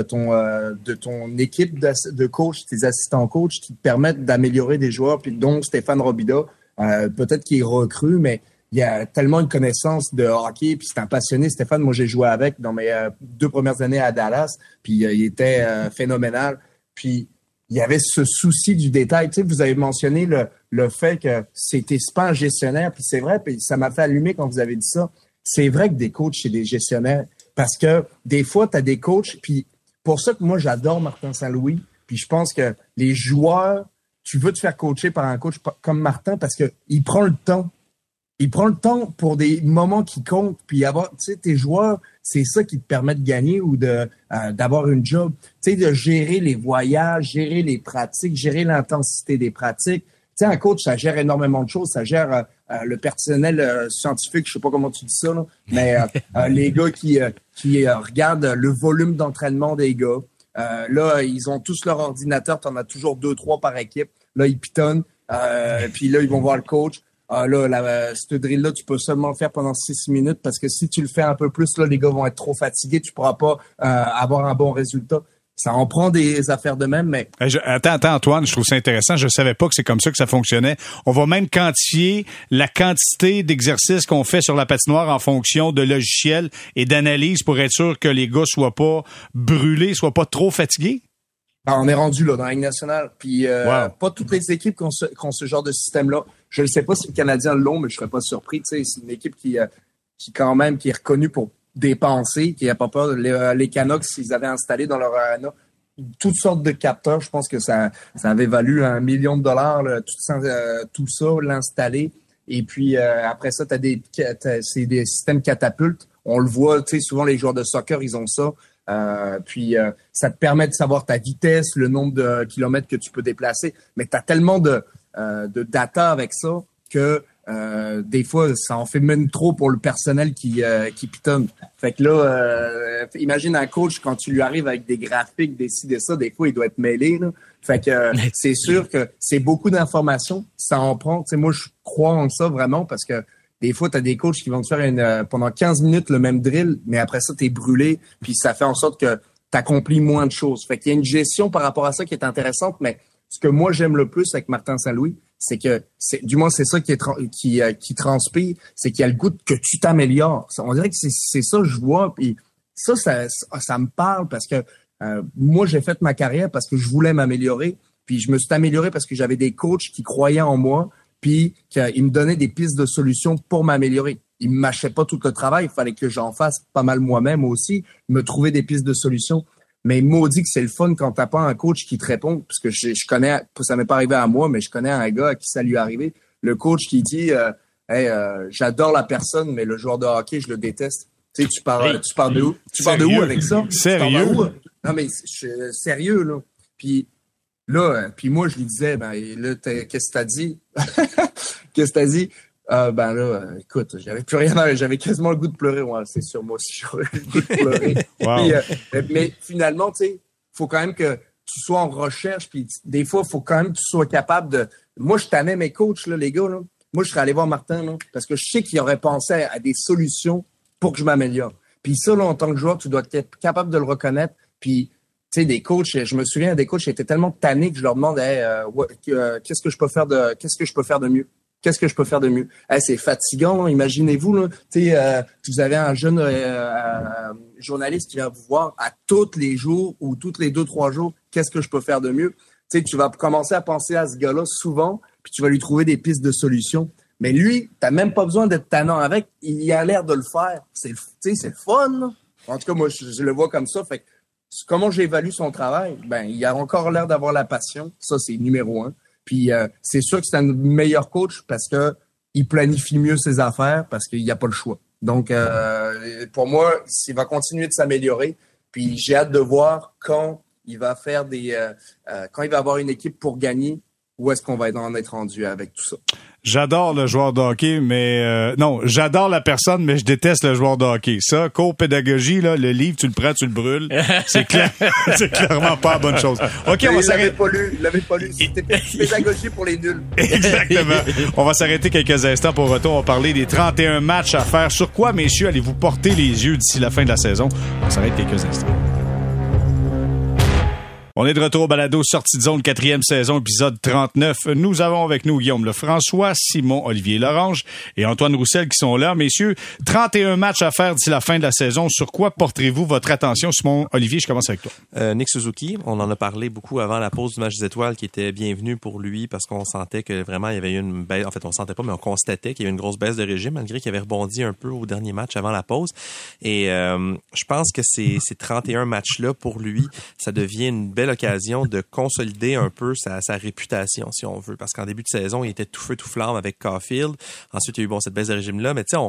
ton équipe de coach, tes assistants coach qui te permettent d'améliorer des joueurs, puis dont Stéphane Robida, peut-être qu'il est recru, mais il y a tellement une connaissance de hockey, puis c'est un passionné. Stéphane, moi j'ai joué avec dans mes 2 premières années à Dallas, puis il était phénoménal. Puis il y avait ce souci du détail. Tu sais, vous avez mentionné le fait que c'est pas un gestionnaire, puis c'est vrai, puis ça m'a fait allumer quand vous avez dit ça. C'est vrai que des coachs, c'est des gestionnaires, parce que des fois, tu as des coachs, puis pour ça que moi, j'adore Martin Saint-Louis, puis je pense que les joueurs, tu veux te faire coacher par un coach comme Martin parce que il prend le temps. Il prend le temps pour des moments qui comptent, puis avoir, tu sais, tes joueurs, c'est ça qui te permet de gagner ou d'avoir une job. Tu sais, de gérer les voyages, gérer les pratiques, gérer l'intensité des pratiques. Tu sais, un coach, ça gère énormément de choses. Ça gère le personnel scientifique, je sais pas comment tu dis ça, là, mais les gars qui regardent le volume d'entraînement des gars. Là, ils ont tous leur ordinateur. T'en as toujours 2-3 par équipe. Là, ils pitonnent. Puis là, ils vont voir le coach. Cette drill-là, tu peux seulement le faire pendant 6 minutes parce que si tu le fais un peu plus, là, les gars vont être trop fatigués, tu pourras pas avoir un bon résultat. Ça en prend des affaires de même, mais... Attends, Antoine, je trouve ça intéressant. Je savais pas que c'est comme ça que ça fonctionnait. On va même quantifier la quantité d'exercices qu'on fait sur la patinoire en fonction de logiciels et d'analyse pour être sûr que les gars soient pas brûlés, soient pas trop fatigués. On est rendu là dans la Ligue nationale. Puis pas toutes les équipes qui ont ce genre de système-là. Je ne sais pas si le Canadien l'ont, mais je serais pas surpris. Tu sais, c'est une équipe qui quand même qui est reconnue pour dépenser, qui n'a pas peur. Les Canucks, ils avaient installé dans leur arena toutes sortes de capteurs. Je pense que ça avait valu $1 million, tout ça, l'installer. Et puis après ça, c'est des systèmes catapultes. On le voit, tu sais, souvent les joueurs de soccer, ils ont ça. Puis ça te permet de savoir ta vitesse, le nombre de kilomètres que tu peux déplacer, mais tu as tellement de data avec ça que des fois ça en fait même trop pour le personnel qui pitonne. Fait que là, imagine un coach quand tu lui arrives avec des graphiques, des ci, des ça, des fois il doit être mêlé là. Fait que c'est sûr que c'est beaucoup d'informations, ça en prend. Tu sais, moi je crois en ça vraiment parce que des fois, tu as des coachs qui vont te faire pendant 15 minutes le même drill, mais après ça, tu es brûlé, puis ça fait en sorte que tu accomplis moins de choses. Fait qu'il y a une gestion par rapport à ça qui est intéressante, mais ce que moi, j'aime le plus avec Martin Saint-Louis, c'est que, du moins, c'est ça qui transpire, c'est qu'il y a le goût que tu t'améliores. On dirait que c'est ça que je vois, puis ça me parle parce que moi, j'ai fait ma carrière parce que je voulais m'améliorer, puis je me suis amélioré parce que j'avais des coachs qui croyaient en moi, puis qu'ils me donnaient des pistes de solutions pour m'améliorer. Ils me mâchaient pas tout le travail, il fallait que j'en fasse pas mal moi-même aussi, me trouver des pistes de solutions. Mais maudit que c'est le fun quand t'as pas un coach qui te répond, parce que je connais, ça m'est pas arrivé à moi, mais je connais un gars à qui ça lui est arrivé. Le coach qui dit, j'adore la personne, mais le joueur de hockey, je le déteste. Tu sais, tu pars de où? Tu pars de où avec ça? Sérieux? Non, mais je suis sérieux, là. Puis là, puis moi, je lui disais, ben là, qu'est-ce que t'as dit? Qu'est-ce que t'as dit? Ben là, écoute, j'avais plus rien j'avais quasiment le goût de pleurer. Ouais, c'est sûr, moi aussi, j'aurais le goût de pleurer. Wow. Puis, mais finalement, tu sais, faut quand même que tu sois en recherche, puis des fois, il faut quand même que tu sois capable de... Moi, je tannais mes coachs, là, les gars, là. Moi, je serais allé voir Martin, là, parce que je sais qu'il aurait pensé à des solutions pour que je m'améliore. Puis ça, là, en tant que joueur, tu dois être capable de le reconnaître. Puis, tu sais, des coachs, je me souviens, des coachs qui étaient tellement tannés que je leur demandais qu'est-ce que je peux faire de mieux? Qu'est-ce que je peux faire de mieux? C'est fatigant, hein, imaginez-vous, là. Vous avez un jeune journaliste qui vient vous voir à tous les jours ou tous les 2-3 jours, qu'est-ce que je peux faire de mieux? Tu vas commencer à penser à ce gars-là souvent, puis tu vas lui trouver des pistes de solutions. Mais lui, t'as même pas besoin d'être tannant avec, il a l'air de le faire. C'est le fun, là. En tout cas, moi, je le vois comme ça. Fait que, comment j'évalue son travail? Ben, il a encore l'air d'avoir la passion. Ça, c'est numéro 1. Puis c'est sûr que c'est un meilleur coach parce que il planifie mieux ses affaires parce qu'il n'y a pas le choix. Donc pour moi, il va continuer de s'améliorer. Puis j'ai hâte de voir quand il va faire quand il va avoir une équipe pour gagner, où est-ce qu'on va en être rendu avec tout ça. J'adore le joueur de hockey, mais non, j'adore la personne, mais je déteste le joueur de hockey. Ça, cours pédagogie, là, le livre, tu le prends, tu le brûles. C'est clair, c'est clairement pas la bonne chose. OK, on va s'arrêter. Il l'avait pas lu. C'était pédagogie pour les nuls. Exactement. On va s'arrêter quelques instants pour retour. On va parler des 31 matchs à faire. Sur quoi, messieurs, allez-vous porter les yeux d'ici la fin de la saison? On s'arrête quelques instants. On est de retour au balado Sortie de zone, 4e saison, épisode 39. Nous avons avec nous Guillaume Lefrançois, Simon Olivier Lorange et Antoine Roussel qui sont là. Messieurs, 31 matchs à faire d'ici la fin de la saison. Sur quoi porterez-vous votre attention? Simon Olivier, je commence avec toi. Nick Suzuki, on en a parlé beaucoup avant la pause du match des étoiles qui était bienvenue pour lui parce qu'on sentait que vraiment il y avait eu une baisse. En fait, on sentait pas, mais on constatait qu'il y avait une grosse baisse de régime malgré qu'il avait rebondi un peu au dernier match avant la pause. Et je pense que ces 31 matchs-là, pour lui, ça devient une belle occasion de consolider un peu sa réputation, si on veut. Parce qu'en début de saison, il était tout feu, tout flamme avec Caulfield. Ensuite, il y a eu cette baisse de régime-là. Mais tu sais,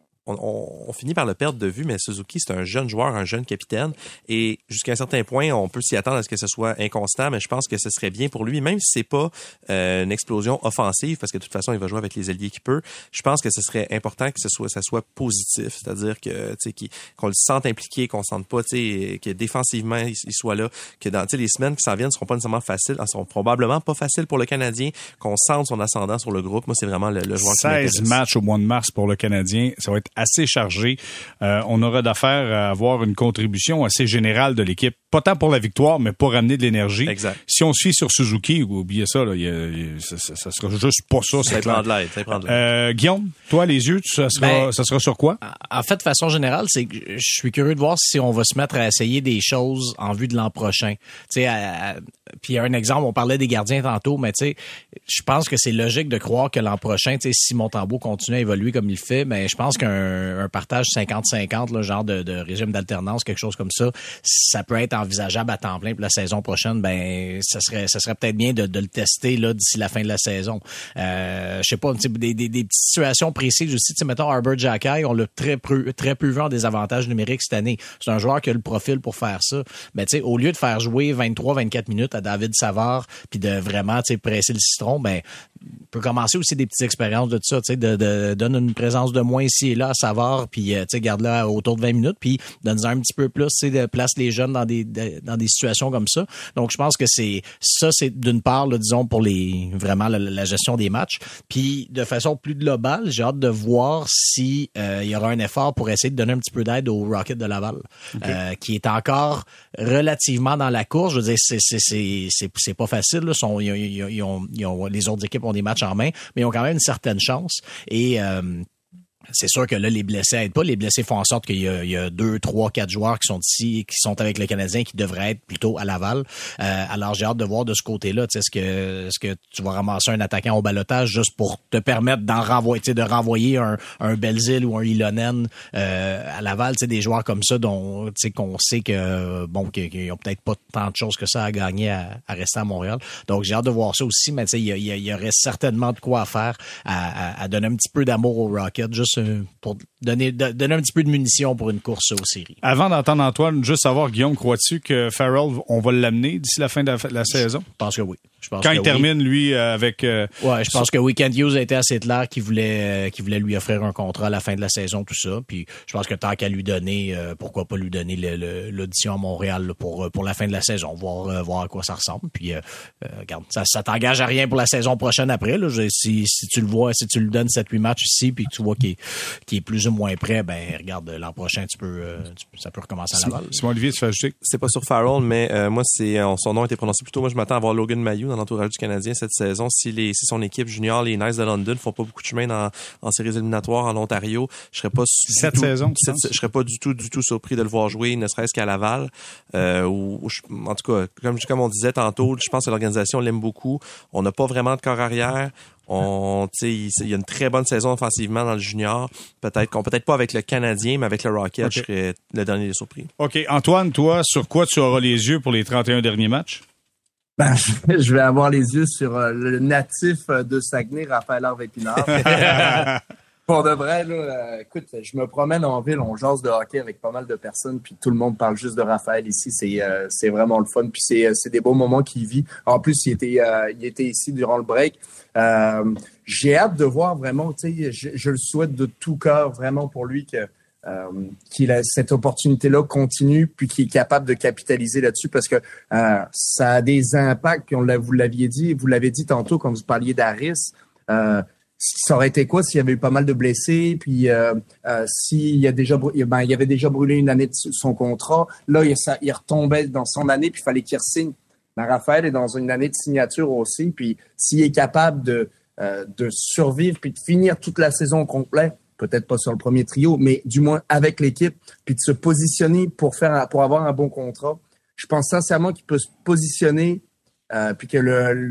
on finit par le perdre de vue, mais Suzuki, c'est un jeune joueur, un jeune capitaine. Et jusqu'à un certain point, on peut s'y attendre à ce que ce soit inconstant, mais je pense que ce serait bien pour lui, même si c'est pas une explosion offensive, parce que de toute façon, il va jouer avec les alliés qu'il peut. Je pense que ce serait important que ça soit positif, c'est-à-dire que qu'on le sente impliqué, qu'on sente pas, que défensivement il soit là, que dans les semaines qui s'en viennent seront pas nécessairement faciles, seront probablement pas faciles pour le Canadien, qu'on sente son ascendant sur le groupe. Moi, c'est vraiment le joueur qui m'intéresse. 16 matchs au mois de mars pour le Canadien, ça va être assez chargé. On aura d'affaire à avoir une contribution assez générale de l'équipe. Pas tant pour la victoire, mais pour ramener de l'énergie. Exact. Si on se fie sur Suzuki, oubliez ça, là, ça sera juste pas ça. Ça prend de l'aide. Guillaume, toi, les yeux, ça sera sur quoi? En fait, de façon générale, c'est que je suis curieux de voir si on va se mettre à essayer des choses en vue de l'an prochain. Tu sais, puis un exemple, on parlait des gardiens tantôt, mais tu sais, je pense que c'est logique de croire que l'an prochain, tu sais, si Montembeault continue à évoluer comme il fait, mais je pense qu'un partage 50-50, là, genre de régime d'alternance, quelque chose comme ça peut être envisageable à temps plein pour la saison prochaine. Ben, ça serait peut-être bien de le tester là d'ici la fin de la saison. Je sais pas, des petites situations précises aussi. Tu sais, mettons Arbor Xhekaj, on l'a très peu vu en désavantage numérique cette année. C'est un joueur qui a le profil pour faire ça. Mais tu sais, au lieu de faire jouer 23-24 minutes à David Savard puis de vraiment presser le citron, ben peut commencer aussi des petites expériences de tout ça, tu sais, de donne une présence de moins ici et là à Savard, puis tu sais, garde-la autour de 20 minutes, puis donne-en un petit peu plus, tu sais, de place les jeunes dans des situations comme ça. Donc je pense que c'est d'une part, là, disons, pour vraiment la gestion des matchs, puis de façon plus globale, j'ai hâte de voir si il y aura un effort pour essayer de donner un petit peu d'aide au Rocket de Laval, qui est encore relativement dans la course. Je veux dire, c'est pas facile, là. Les autres équipes ont des matchs en main, mais ils ont quand même une certaine chance. Et c'est sûr que là, les blessés aident pas. Les blessés font en sorte qu'il y a 2, 3, 4 joueurs qui sont ici, qui sont avec le Canadien, qui devraient être plutôt à Laval. Alors, j'ai hâte de voir de ce côté-là, tu sais, est-ce que tu vas ramasser un attaquant au balotage juste pour te permettre de renvoyer un Belzile ou un Ilonen à Laval, tu sais, des joueurs comme ça dont, tu sais, qu'on sait que, bon, qu'ils ont peut-être pas tant de choses que ça à gagner à rester à Montréal. Donc, j'ai hâte de voir ça aussi, mais tu sais, il y aurait certainement de quoi faire à donner un petit peu d'amour au Rocket, juste pour donner un petit peu de munitions pour une course aux séries. Avant d'entendre Antoine, juste savoir, Guillaume, crois-tu que Farrell, on va l'amener d'ici la fin de la saison? Je pense que oui. Quand il termine, lui, avec... Ouais, je pense que Weekend Hughes a été assez clair qu'il voulait lui offrir un contrat à la fin de la saison, tout ça. Puis je pense que tant qu'à lui donner, pourquoi pas lui donner l'audition à Montréal là, pour la fin de la saison, voir à quoi ça ressemble. Puis regarde, ça t'engage à rien pour la saison prochaine après. Là. Si tu le vois, si tu lui donnes 7-8 matchs ici, puis que tu vois qu'il est plus ou moins prêt, ben regarde, l'an prochain, ça peut recommencer à Laval. Simon Olivier, tu fais ajouter? C'est pas sur Farrell, mais moi, son nom a été prononcé plus tôt. Moi, je m'attends à voir Logan Mailloux dans l'entourage du Canadien cette saison. Si son équipe junior, les Knights de London, font pas beaucoup de chemin en séries éliminatoires en Ontario, je serais pas je serais pas du tout surpris de le voir jouer, ne serait-ce qu'à Laval. En tout cas, comme on disait tantôt, je pense que l'organisation l'aime beaucoup. On n'a pas vraiment de corps arrière. Il y a une très bonne saison offensivement dans le junior. Peut-être pas avec le Canadien, mais avec le Rocket, je serais le dernier des surpris. OK. Antoine, toi, sur quoi tu auras les yeux pour les 31 derniers matchs? Ben, je vais avoir les yeux sur le natif de Saguenay, Raphaël Harvey-Pinard. Pour de vrai, là, écoute, je me promène en ville, on jase de hockey avec pas mal de personnes, puis tout le monde parle juste de Raphaël ici. C'est vraiment le fun, puis c'est des beaux moments qu'il vit. En plus, il était ici durant le break. J'ai hâte de voir vraiment, tu sais, je le souhaite de tout cœur vraiment pour lui qu'il a cette opportunité-là continue, puis qu'il est capable de capitaliser là-dessus, parce que ça a des impacts, puis vous l'avez dit tantôt quand vous parliez d'Harris. Ça aurait été quoi s'il y avait eu pas mal de blessés, puis s'il y a déjà il avait déjà brûlé une année de son contrat. Là, il retombait dans son année, puis il fallait qu'il re-signe. Raphaël est dans une année de signature aussi, puis s'il est capable de survivre puis de finir toute la saison au complet, peut-être pas sur le premier trio, mais du moins avec l'équipe, puis de se positionner pour avoir un bon contrat. Je pense sincèrement qu'il peut se positionner, puis que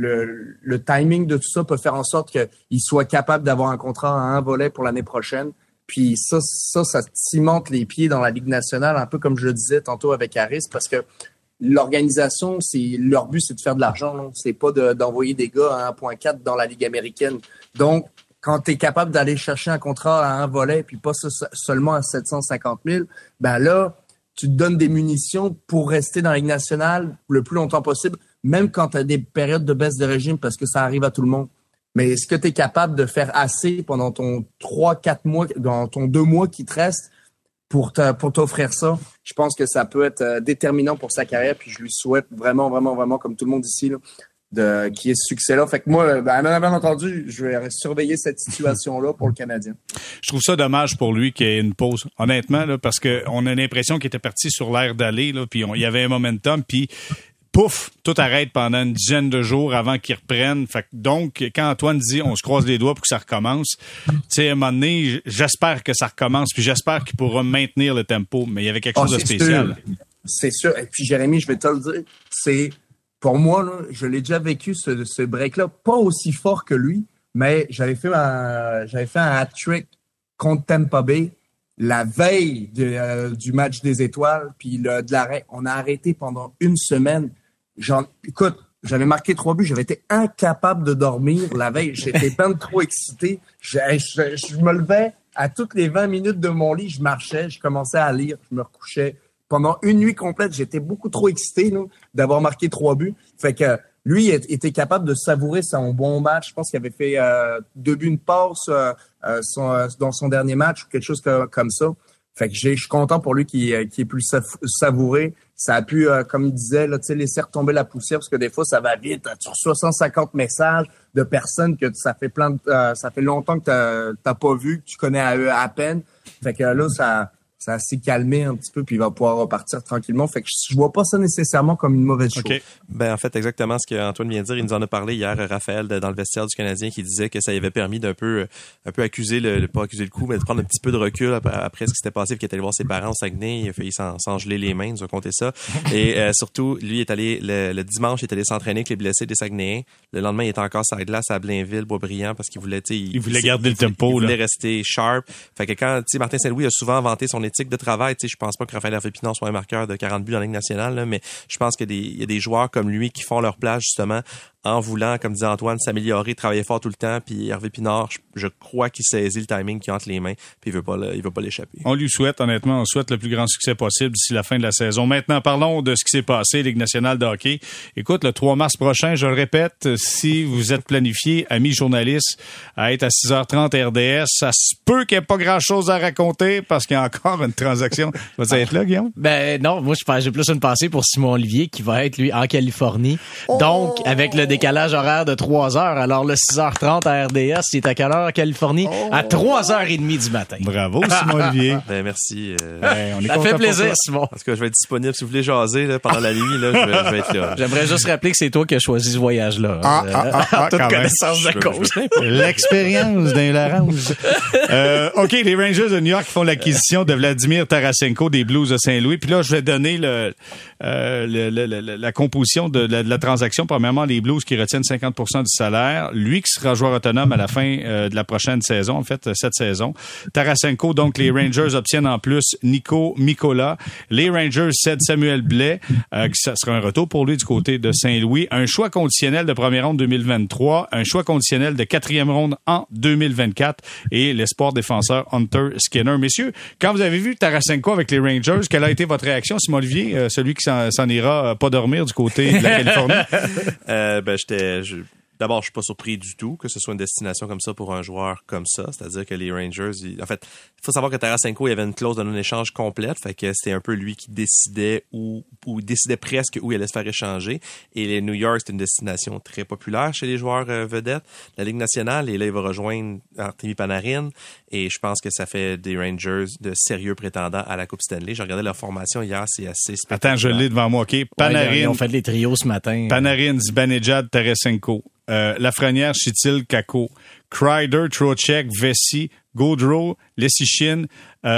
le timing de tout ça peut faire en sorte qu'il soit capable d'avoir un contrat à un volet pour l'année prochaine. Puis ça cimente les pieds dans la Ligue nationale, un peu comme je le disais tantôt avec Harris, parce que l'organisation, leur but, c'est de faire de l'argent. Non? C'est pas d'envoyer des gars à 1.4 dans la Ligue américaine. Donc, quand tu es capable d'aller chercher un contrat à un volet, puis pas seulement à 750 000, ben là, tu te donnes des munitions pour rester dans la Ligue nationale le plus longtemps possible, même quand tu as des périodes de baisse de régime, parce que ça arrive à tout le monde. Mais est-ce que tu es capable de faire assez pendant ton 3-4 mois, dans ton 2 mois qui te reste, pour t'offrir ça? Je pense que ça peut être déterminant pour sa carrière, puis je lui souhaite vraiment, vraiment, vraiment, comme tout le monde ici, là, qui est ce succès-là. Fait que moi, bien entendu, je vais surveiller cette situation-là pour le Canadien. Je trouve ça dommage pour lui qu'il y ait une pause, honnêtement, là, parce qu'on a l'impression qu'il était parti sur l'air d'aller, là, puis il y avait un momentum, puis pouf, tout arrête pendant une dizaine de jours avant qu'il reprenne. Fait que donc, quand Antoine dit on se croise les doigts pour que ça recommence, tu sais, à un moment donné, j'espère que ça recommence, puis j'espère qu'il pourra maintenir le tempo, mais il y avait quelque chose de spécial. C'est sûr. Et puis, Jérémy, je vais te le dire, pour moi, là, je l'ai déjà vécu, ce break-là, pas aussi fort que lui, mais j'avais fait un hat-trick contre Tampa Bay la veille du match des étoiles, puis de l'arrêt. On a arrêté pendant une semaine. Écoute, j'avais marqué 3 buts, j'avais été incapable de dormir la veille. J'étais ben trop excité. Je me levais à toutes les 20 minutes de mon lit, je marchais, je commençais à lire, je me recouchais. Pendant une nuit complète, j'étais beaucoup trop excité d'avoir marqué 3 buts. Fait que lui était capable de savourer son bon match. Je pense qu'il avait fait 2 buts, une passe dans son dernier match ou quelque chose comme ça. Fait que je suis content pour lui qu'il ait pu le savourer. Ça a pu, comme il disait, là, laisser retomber la poussière, parce que des fois, ça va vite. Tu reçois 150 messages de personnes que ça fait longtemps que t'as pas vu, que tu connais à peine. Fait que là, ça s'est calmé un petit peu, puis il va pouvoir repartir tranquillement. Fait que je vois pas ça nécessairement comme une mauvaise chose. Okay. Ben, en fait, exactement ce qu'Antoine vient de dire. Il nous en a parlé hier, Raphaël, dans le vestiaire du Canadien, qui disait que ça lui avait permis d'un peu accuser pas accuser le coup, mais de prendre un petit peu de recul après ce qui s'était passé, puis qu'il est allé voir ses parents au Saguenay. Il a failli s'engeler les mains, il nous a compté ça. Et surtout, lui est allé, le dimanche, il est allé s'entraîner avec les blessés des Saguenayens. Le lendemain, il était encore sur la glace à Blainville, Boisbriand, parce qu'il voulait, il voulait garder le tempo, il voulait rester sharp. Fait que quand, Martin Saint-Louis a souvent inventé son éthique de travail, je pense pas que Raphaël Harvey-Pinard soit un marqueur de 40 buts dans la Ligue nationale, là, mais je pense qu'il y a des joueurs comme lui qui font leur place, justement, en voulant, comme disait Antoine, s'améliorer, travailler fort tout le temps. Puis Hervé Pinard, je crois qu'il saisit le timing qu'il a entre les mains, puis il veut pas l'échapper. On lui souhaite, honnêtement, on souhaite le plus grand succès possible d'ici la fin de la saison. Maintenant, parlons de ce qui s'est passé, Ligue nationale de hockey. Écoute, le 3 mars prochain, je le répète, si vous êtes planifié, amis journalistes, à être à 6h30 RDS, ça se peut qu'il n'y ait pas grand-chose à raconter parce qu'il y a encore une transaction. Vas-tu être là, Guillaume? Ben non, moi j'ai plus une pensée pour Simon Olivier qui va être, lui, en Californie. Donc, avec le décalage horaire de 3 heures, alors le 6h30 à RDS, il est à quelle heure en Californie? À 3h30 du matin. Bravo, Simon Olivier. Ben merci. On est ça fait plaisir, Simon. En tout cas, je vais être disponible. Si vous voulez jaser là, pendant la nuit, là, je vais être là. J'aimerais juste rappeler que c'est toi qui as choisi ce voyage-là. En toute connaissance de cause. L'expérience d'un Larange. OK, les Rangers de New York font l'acquisition de Vladimir Tarasenko des Blues de Saint-Louis. Puis là, je vais donner la composition de la transaction. Premièrement, les Blues qui retiennent 50% du salaire. Lui qui sera joueur autonome à la fin de la prochaine saison, en fait, cette saison. Tarasenko, donc les Rangers obtiennent en plus Nico Mikola. Les Rangers cèdent Samuel Blais, ça sera un retour pour lui du côté de Saint-Louis. Un choix conditionnel de première ronde 2023, un choix conditionnel de quatrième ronde en 2024 et l'espoir défenseur Hunter Skinner. Messieurs, quand vous avez vu Tarasenko avec les Rangers, quelle a été votre réaction, Simon Olivier, celui qui s'en ira pas dormir du côté de la Californie? D'abord, je suis pas surpris du tout que ce soit une destination comme ça pour un joueur comme ça. C'est-à-dire que les Rangers, en fait, il faut savoir que Tarasenko, il y avait une clause de non-échange complète. Fait que c'était un peu lui qui décidait ou décidait presque où il allait se faire échanger. Et les New York, c'est une destination très populaire chez les joueurs vedettes de la Ligue nationale. Et là, il va rejoindre Artemi Panarin. Et je pense que ça fait des Rangers de sérieux prétendants à la Coupe Stanley. J'ai regardé leur formation hier, c'est assez spectaculaire. Attends, je l'ai devant moi, OK? Panarin. Ils ont fait les trios ce matin. Panarin, Zibanejad, Tarasenko. Lafrenière, Chytil, Kako, Kreider, Trocheck, Vesey, Gaudreau, Lessichin,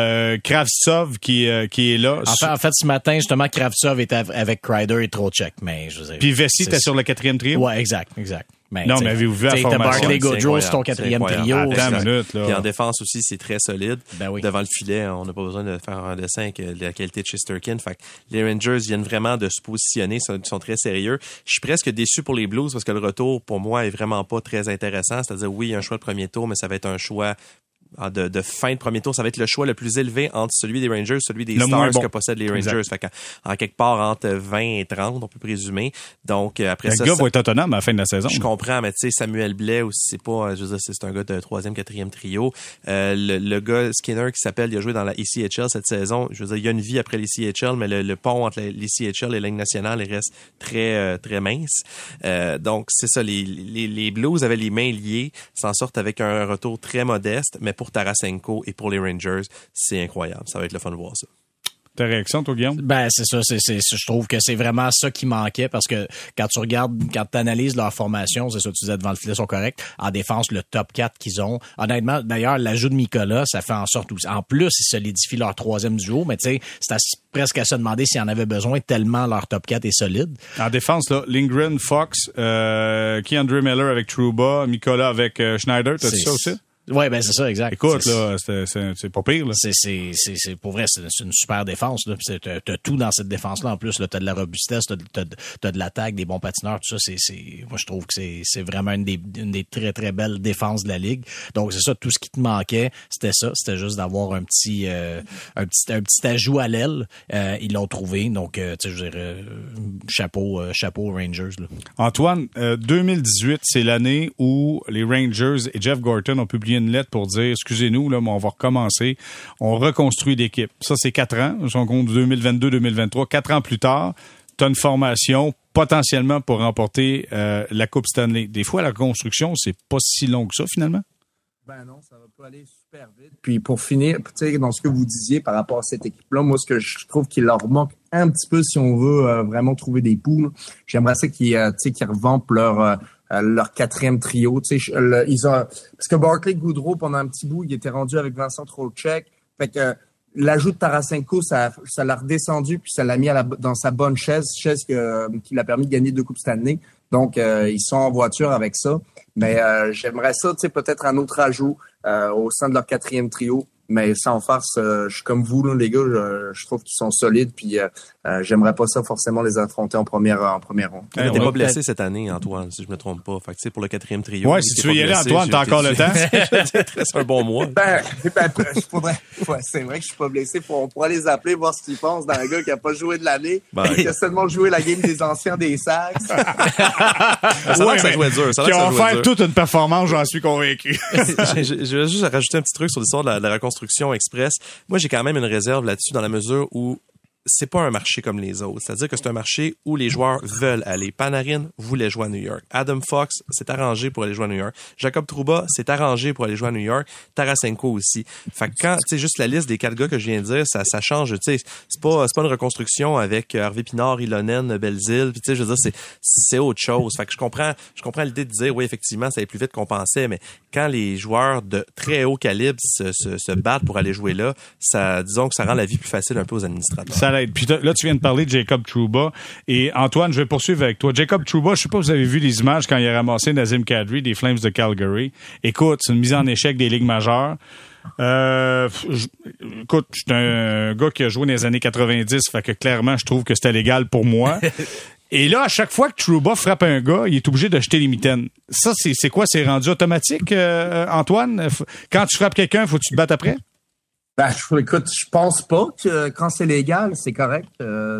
Kravtsov qui est là. En fait, ce matin, justement, Kravtsov était avec Kreider et Trocheck, mais je veux dire. Puis Vesey était sur le quatrième trio? Ouais, exact. Mais, non, mais avez-vous vu la formation? Barclay Gaudreau, c'est ton quatrième trio. Attends une minute, là. Puis en défense aussi, c'est très solide. Ben oui. Devant le filet, on n'a pas besoin de faire un dessin avec la qualité de Shesterkin. Fait que les Rangers viennent vraiment de se positionner, ils sont très sérieux. Je suis presque déçu pour les Blues parce que le retour, pour moi, est vraiment pas très intéressant. C'est-à-dire, oui, il y a un choix de premier tour, mais ça va être un choix de fin de premier tour, ça va être le choix le plus élevé entre celui des Rangers et celui des Stars que possèdent les Rangers. Fait en quelque part entre 20 et 30, on peut présumer. Donc après ça, le gars va être autonome à la fin de la saison. Je comprends, mais tu sais, Samuel Blais aussi, c'est pas, je veux dire, c'est un gars de 3e, 4e trio. Le gars Skinner qui s'appelle, il a joué dans la ECHL cette saison. Je veux dire, il y a une vie après l'ECHL, mais le pont entre l'ECHL et la Ligue nationale, il reste très très mince. Donc c'est ça, les Blues avaient les mains liées, s'en sortent avec un retour très modeste, mais pour Tarasenko et pour les Rangers, c'est incroyable. Ça va être le fun de voir ça. Ta réaction, toi, Guillaume? Ben, c'est ça. Je trouve que c'est vraiment ça qui manquait parce que quand tu analyses leur formation, c'est ça, tu disais devant le filet, sont corrects. En défense, le top 4 qu'ils ont. Honnêtement, d'ailleurs, l'ajout de Mikola, ça fait en sorte en plus, ils solidifient leur troisième duo, mais tu sais, c'est presque à se demander s'il en avait besoin tellement leur top 4 est solide. En défense, là, Lindgren, Fox, Keandre Miller avec Trouba, Mikola avec Schneider, t'as dit ça aussi? Ouais, ben c'est ça, exact. Écoute, là, c'est pas pire, là. C'est pour vrai, c'est une super défense, là. T'as tout dans cette défense-là. En plus, là, t'as de la robustesse, t'as de l'attaque, des bons patineurs, tout ça. Moi, je trouve que c'est vraiment une des très, très belles défenses de la Ligue. Donc, c'est ça, tout ce qui te manquait, c'était ça. C'était juste d'avoir un petit ajout à l'aile. Ils l'ont trouvé. Donc, tu sais, je dirais, chapeau aux Rangers, là. Antoine, 2018, c'est l'année où les Rangers et Jeff Gorton ont publié une lettre pour dire, excusez-nous, là, mais on va recommencer. On reconstruit l'équipe. Ça, c'est 4 ans. Je compte 2022-2023. 4 ans plus tard, tu as une formation potentiellement pour remporter la Coupe Stanley. Des fois, la reconstruction, c'est pas si long que ça, finalement. Ben non, ça va pas aller super vite. Puis pour finir, tu sais, dans ce que vous disiez par rapport à cette équipe-là, moi, ce que je trouve qu'il leur manque un petit peu si on veut vraiment trouver des poules, j'aimerais ça qu'ils revampent leur quatrième trio, tu sais, parce que Barclay Gaudreau, pendant un petit bout, il était rendu avec Vincent Trocheck. Fait que l'ajout de Tarasenko, ça l'a redescendu puis ça l'a mis dans sa bonne chaise qui l'a permis de gagner 2 Coupes Stanley. Donc ils sont en voiture avec ça. Mais j'aimerais ça, tu sais, peut-être un autre ajout au sein de leur quatrième trio. Mais sans farce, je suis comme vous, là, les gars, je trouve qu'ils sont solides. Puis j'aimerais pas ça forcément les affronter en première ronde. T'es pas blessé cette année, Antoine, si je me trompe pas. Fait que tu sais, pour le 4e trio. Ouais, si tu veux y aller, Antoine, t'as encore le temps. C'est un bon mois. C'est vrai que je suis pas blessé. On pourra les appeler, voir ce qu'ils pensent d'un gars qui a pas joué de l'année, qui a seulement joué la game des anciens des Sags. Ça jouait dur. Qui ont fait toute une performance, j'en suis convaincu. Je vais juste rajouter un petit truc sur l'histoire de la reconstruction express. Moi, j'ai quand même une réserve là-dessus dans la mesure où c'est pas un marché comme les autres. C'est-à-dire que c'est un marché où les joueurs veulent aller. Panarin voulait jouer à New York. Adam Fox s'est arrangé pour aller jouer à New York. Jacob Trouba s'est arrangé pour aller jouer à New York. Tarasenko aussi. Fait que quand, tu sais, juste la liste des 4 gars que je viens de dire, ça change, tu sais. C'est pas une reconstruction avec Harvey Pinard, Ilonen, Belzile. Puis tu sais, je veux dire, c'est autre chose. Fait que je comprends l'idée de dire, oui, effectivement, ça allait plus vite qu'on pensait, mais quand les joueurs de très haut calibre se battent pour aller jouer là, disons que ça rend la vie plus facile un peu aux administrateurs. Puis là, tu viens de parler de Jacob Trouba. Et Antoine, je vais poursuivre avec toi. Jacob Trouba, je sais pas si vous avez vu les images quand il a ramassé Nazem Kadri des Flames de Calgary. Écoute, c'est une mise en échec des ligues majeures. Écoute, je suis un gars qui a joué dans les années 90, fait que clairement, je trouve que c'était légal pour moi. Et là, à chaque fois que Trouba frappe un gars, il est obligé de jeter les mitaines. Ça, c'est quoi? C'est rendu automatique, Antoine? Quand tu frappes quelqu'un, faut que tu te battes après? Écoute, je pense pas que quand c'est légal, c'est correct.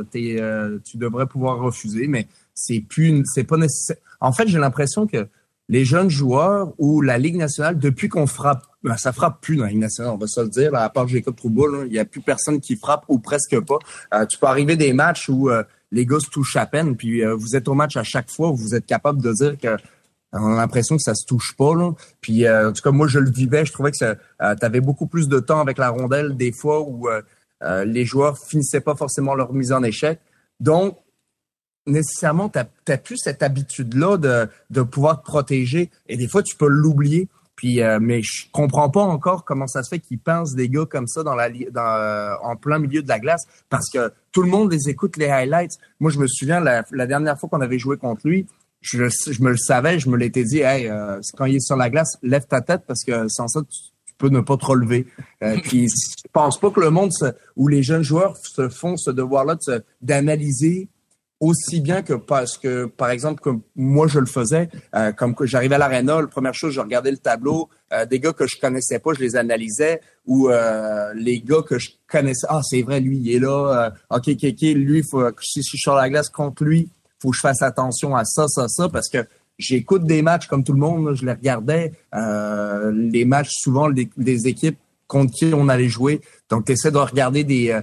Tu devrais pouvoir refuser, mais c'est pas nécessaire. En fait, j'ai l'impression que les jeunes joueurs ou la Ligue nationale, depuis qu'on frappe, ça frappe plus dans la Ligue nationale, on va se le dire, là, à part Jacob Trouba, il y a plus personne qui frappe ou presque pas. Tu peux arriver des matchs où les gars se touchent à peine, puis vous êtes au match à chaque fois où vous êtes capable de dire que on a l'impression que ça se touche pas, là. Puis en tout cas, moi je le vivais, je trouvais que t'avais beaucoup plus de temps avec la rondelle des fois où les joueurs finissaient pas forcément leur mise en échec. Donc nécessairement, t'as plus cette habitude-là de pouvoir te protéger. Et des fois, tu peux l'oublier. Puis, mais je comprends pas encore comment ça se fait qu'ils pensent des gars comme ça en plein milieu de la glace, parce que tout le monde les écoute les highlights. Moi, je me souviens la dernière fois qu'on avait joué contre lui, je me le savais, je me l'étais dit, hey, quand il est sur la glace, lève ta tête parce que sans ça, tu peux ne pas te relever. Puis, je pense pas que le monde où les jeunes joueurs se font ce devoir-là d'analyser aussi bien que parce que, par exemple, comme moi je le faisais, comme que j'arrivais à l'aréna, la première chose, je regardais le tableau, des gars que je connaissais pas, je les analysais, ou les gars que je connaissais, c'est vrai, lui, il est là, ok, lui, si je suis sur la glace contre lui, faut que je fasse attention à ça, parce que j'écoute des matchs comme tout le monde, là, je les regardais, les matchs souvent des équipes contre qui on allait jouer. Donc, tu essaies de regarder des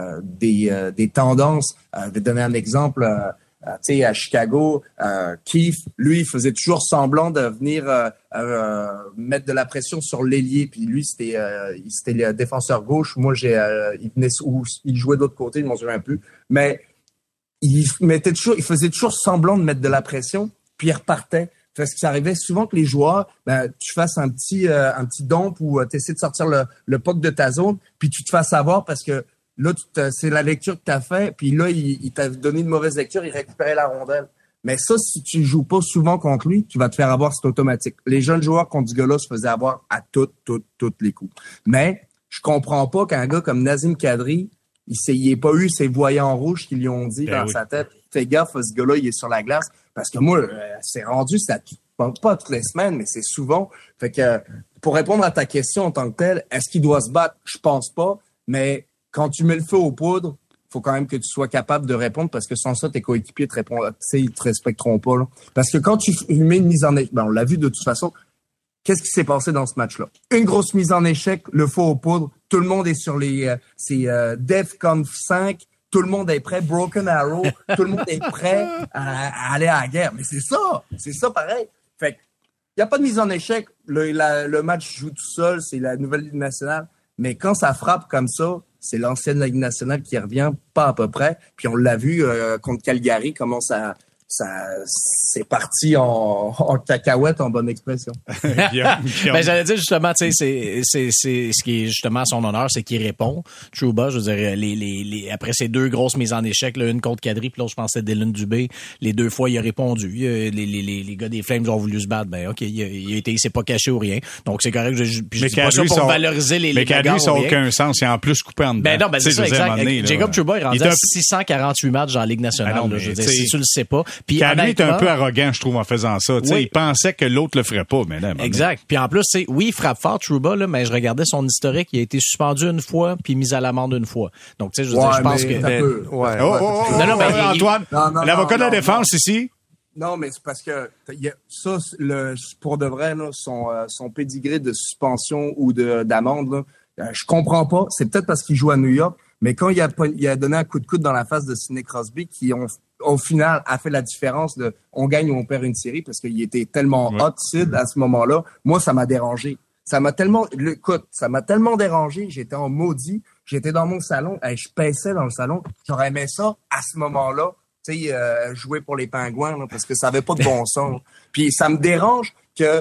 tendances. Je vais te donner un exemple. Tu sais, à Chicago, Keith, lui, il faisait toujours semblant de venir mettre de la pression sur l'ailier. Puis lui, c'était le défenseur gauche. Moi, il jouait de l'autre côté, je m'en souviens plus. Mais il faisait toujours semblant de mettre de la pression, puis il repartait. Parce que ça arrivait souvent que les joueurs, tu fasses un petit dump ou tu essaies de sortir le puck de ta zone, puis tu te fasses avoir parce que là, c'est la lecture que tu as fait, puis là, il t'a donné une mauvaise lecture, il récupérait la rondelle. Mais ça, si tu joues pas souvent contre lui, tu vas te faire avoir, c'est automatique. Les jeunes joueurs contre ce gars-là se faisaient avoir à tous les coups. Mais je comprends pas qu'un gars comme Nazem Kadri, il ait pas eu ces voyants rouges qui lui ont dit dans sa tête, fais gaffe, ce gars-là, il est sur la glace. Parce que moi, c'est rendu, ça pas toutes les semaines, mais c'est souvent. Fait que, pour répondre à ta question en tant que telle, est-ce qu'il doit se battre? Je pense pas. Mais quand tu mets le feu aux poudres, faut quand même que tu sois capable de répondre parce que sans ça, tes coéquipiers te répondent, tu sais, ils te respecteront pas, là. Parce que quand tu mets une mise en échec, on l'a vu de toute façon, qu'est-ce qui s'est passé dans ce match-là? Une grosse mise en échec, le feu aux poudres, tout le monde est sur c'est DEFCON 5, tout le monde est prêt, Broken Arrow, tout le monde est prêt à aller à la guerre. Mais c'est ça pareil. Fait que, y a pas de mise en échec, le match joue tout seul, c'est la nouvelle Ligue nationale, mais quand ça frappe comme ça, c'est l'ancienne Ligue nationale qui revient, pas à peu près. Puis on l'a vu contre Calgary, comment ça c'est parti en cacahuète, en bonne expression. Guillaume. Ben, j'allais dire justement, tu sais, c'est ce qui est justement à son honneur, c'est qu'il répond. Trouba, je veux dire, après ces deux grosses mises en échec, là, une contre Kadri, puis l'autre, je pensais Dylan Dubé, les deux fois, il a répondu. Les gars des Flames ont voulu se battre. Ben, OK, il s'est pas caché ou rien. Donc, c'est correct. Puis je dis pas ça pour valoriser les mais Kadri, ça n'a aucun sens. Il a en plus coupé en dedans. Ben non, ben c'est ça, exact. Jacob Trouba est rendu à 648 matchs dans la Ligue nationale. Non, je veux dire, si tu le sais pas. Puis Kadri est un peu arrogant, je trouve, en faisant ça. Oui. Il pensait que l'autre le ferait pas, mais là, exact. Puis en plus, oui, il frappe fort, Trouba, là, mais je regardais son historique, il a été suspendu une fois, puis mis à l'amende une fois. Donc, tu sais, je veux dire, je pense que... Non, mais Antoine, l'avocat de la défense ici... Non, mais c'est parce que ça, pour de vrai, là, son pédigré de suspension ou d'amende, là, je comprends pas. C'est peut-être parce qu'il joue à New York, mais quand il a donné un coup de coude dans la face de Sidney Crosby, qui au final a fait la différence de on gagne ou on perd une série parce qu'il était tellement hot Sid à ce moment-là. Moi, ça m'a dérangé. Ça m'a tellement dérangé. J'étais en maudit. J'étais dans mon salon. Je paissais dans le salon. J'aurais aimé ça à ce moment-là. Tu sais, jouer pour les Pingouins, là, parce que ça avait pas de bon sens. Puis ça me dérange que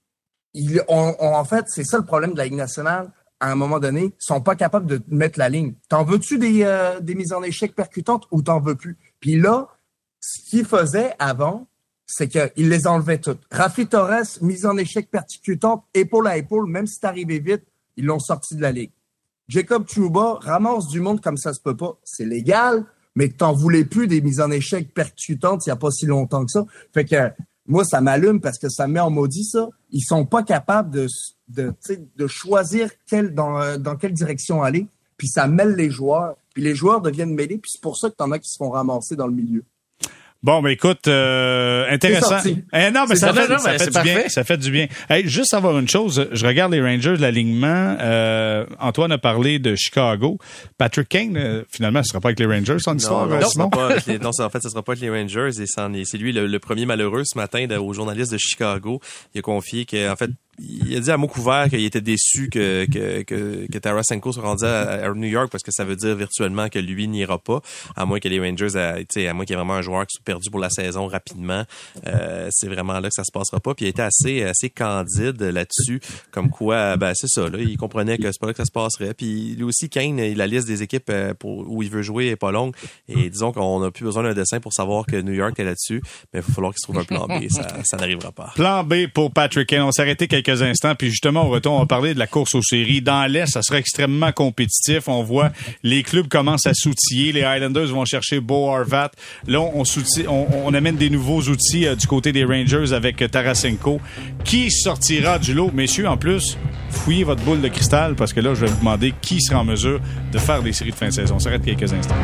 en fait, c'est ça le problème de la Ligue nationale. À un moment donné, ils sont pas capables de mettre la ligne. T'en veux-tu des mises en échec percutantes ou t'en veux plus? Puis là, ce qu'ils faisaient avant, c'est qu'ils les enlevaient toutes. Rafi Torres, mise en échec percutante, épaule à épaule, même si c'est arrivé vite, ils l'ont sorti de la ligue. Jacob Trouba ramasse du monde comme ça se peut pas. C'est légal, mais que t'en voulais plus des mises en échec percutantes il y a pas si longtemps que ça. Fait que moi, ça m'allume parce que ça me met en maudit, ça. Ils sont pas capables de choisir dans quelle direction aller. Puis ça mêle les joueurs. Puis les joueurs deviennent mêlés. Puis c'est pour ça que t'en as qui se font ramasser dans le milieu. Bon, ben écoute, intéressant. Non, mais ça fait du bien. Ça fait du bien. Hey, juste savoir une chose, je regarde les Rangers, l'alignement. Antoine a parlé de Chicago. Patrick Kane, finalement, ce sera pas avec les Rangers, son histoire, Simon? Non, en fait, ce sera pas avec les Rangers. Et c'est lui le premier malheureux ce matin aux journalistes de Chicago. Il a confié qu'en fait, il a dit à mots couverts qu'il était déçu que Tarasenko soit rendu à New York parce que ça veut dire virtuellement que lui n'ira pas, à moins que les Rangers, à moins qu'il y ait vraiment un joueur qui soit perdu pour la saison rapidement. C'est vraiment là que ça se passera pas. Puis il était assez candide là-dessus, comme quoi, c'est ça. Là, il comprenait que c'est pas là que ça se passerait. Puis lui aussi, Kane, la liste des équipes où il veut jouer est pas longue. Et disons qu'on n'a plus besoin d'un dessin pour savoir que New York est là-dessus, mais il va falloir qu'il se trouve un plan B. Ça n'arrivera pas. Plan B pour Patrick Kane. On s'est arrêté quelques instants, puis justement, au retour, on va parler de la course aux séries. Dans l'Est, ça sera extrêmement compétitif. On voit les clubs commencent à s'outiller. Les Highlanders vont chercher Bo Horvat. Là, on amène des nouveaux outils du côté des Rangers avec Tarasenko. Qui sortira du lot? Messieurs, en plus, fouillez votre boule de cristal, parce que là, je vais vous demander qui sera en mesure de faire des séries de fin de saison. On s'arrête quelques instants.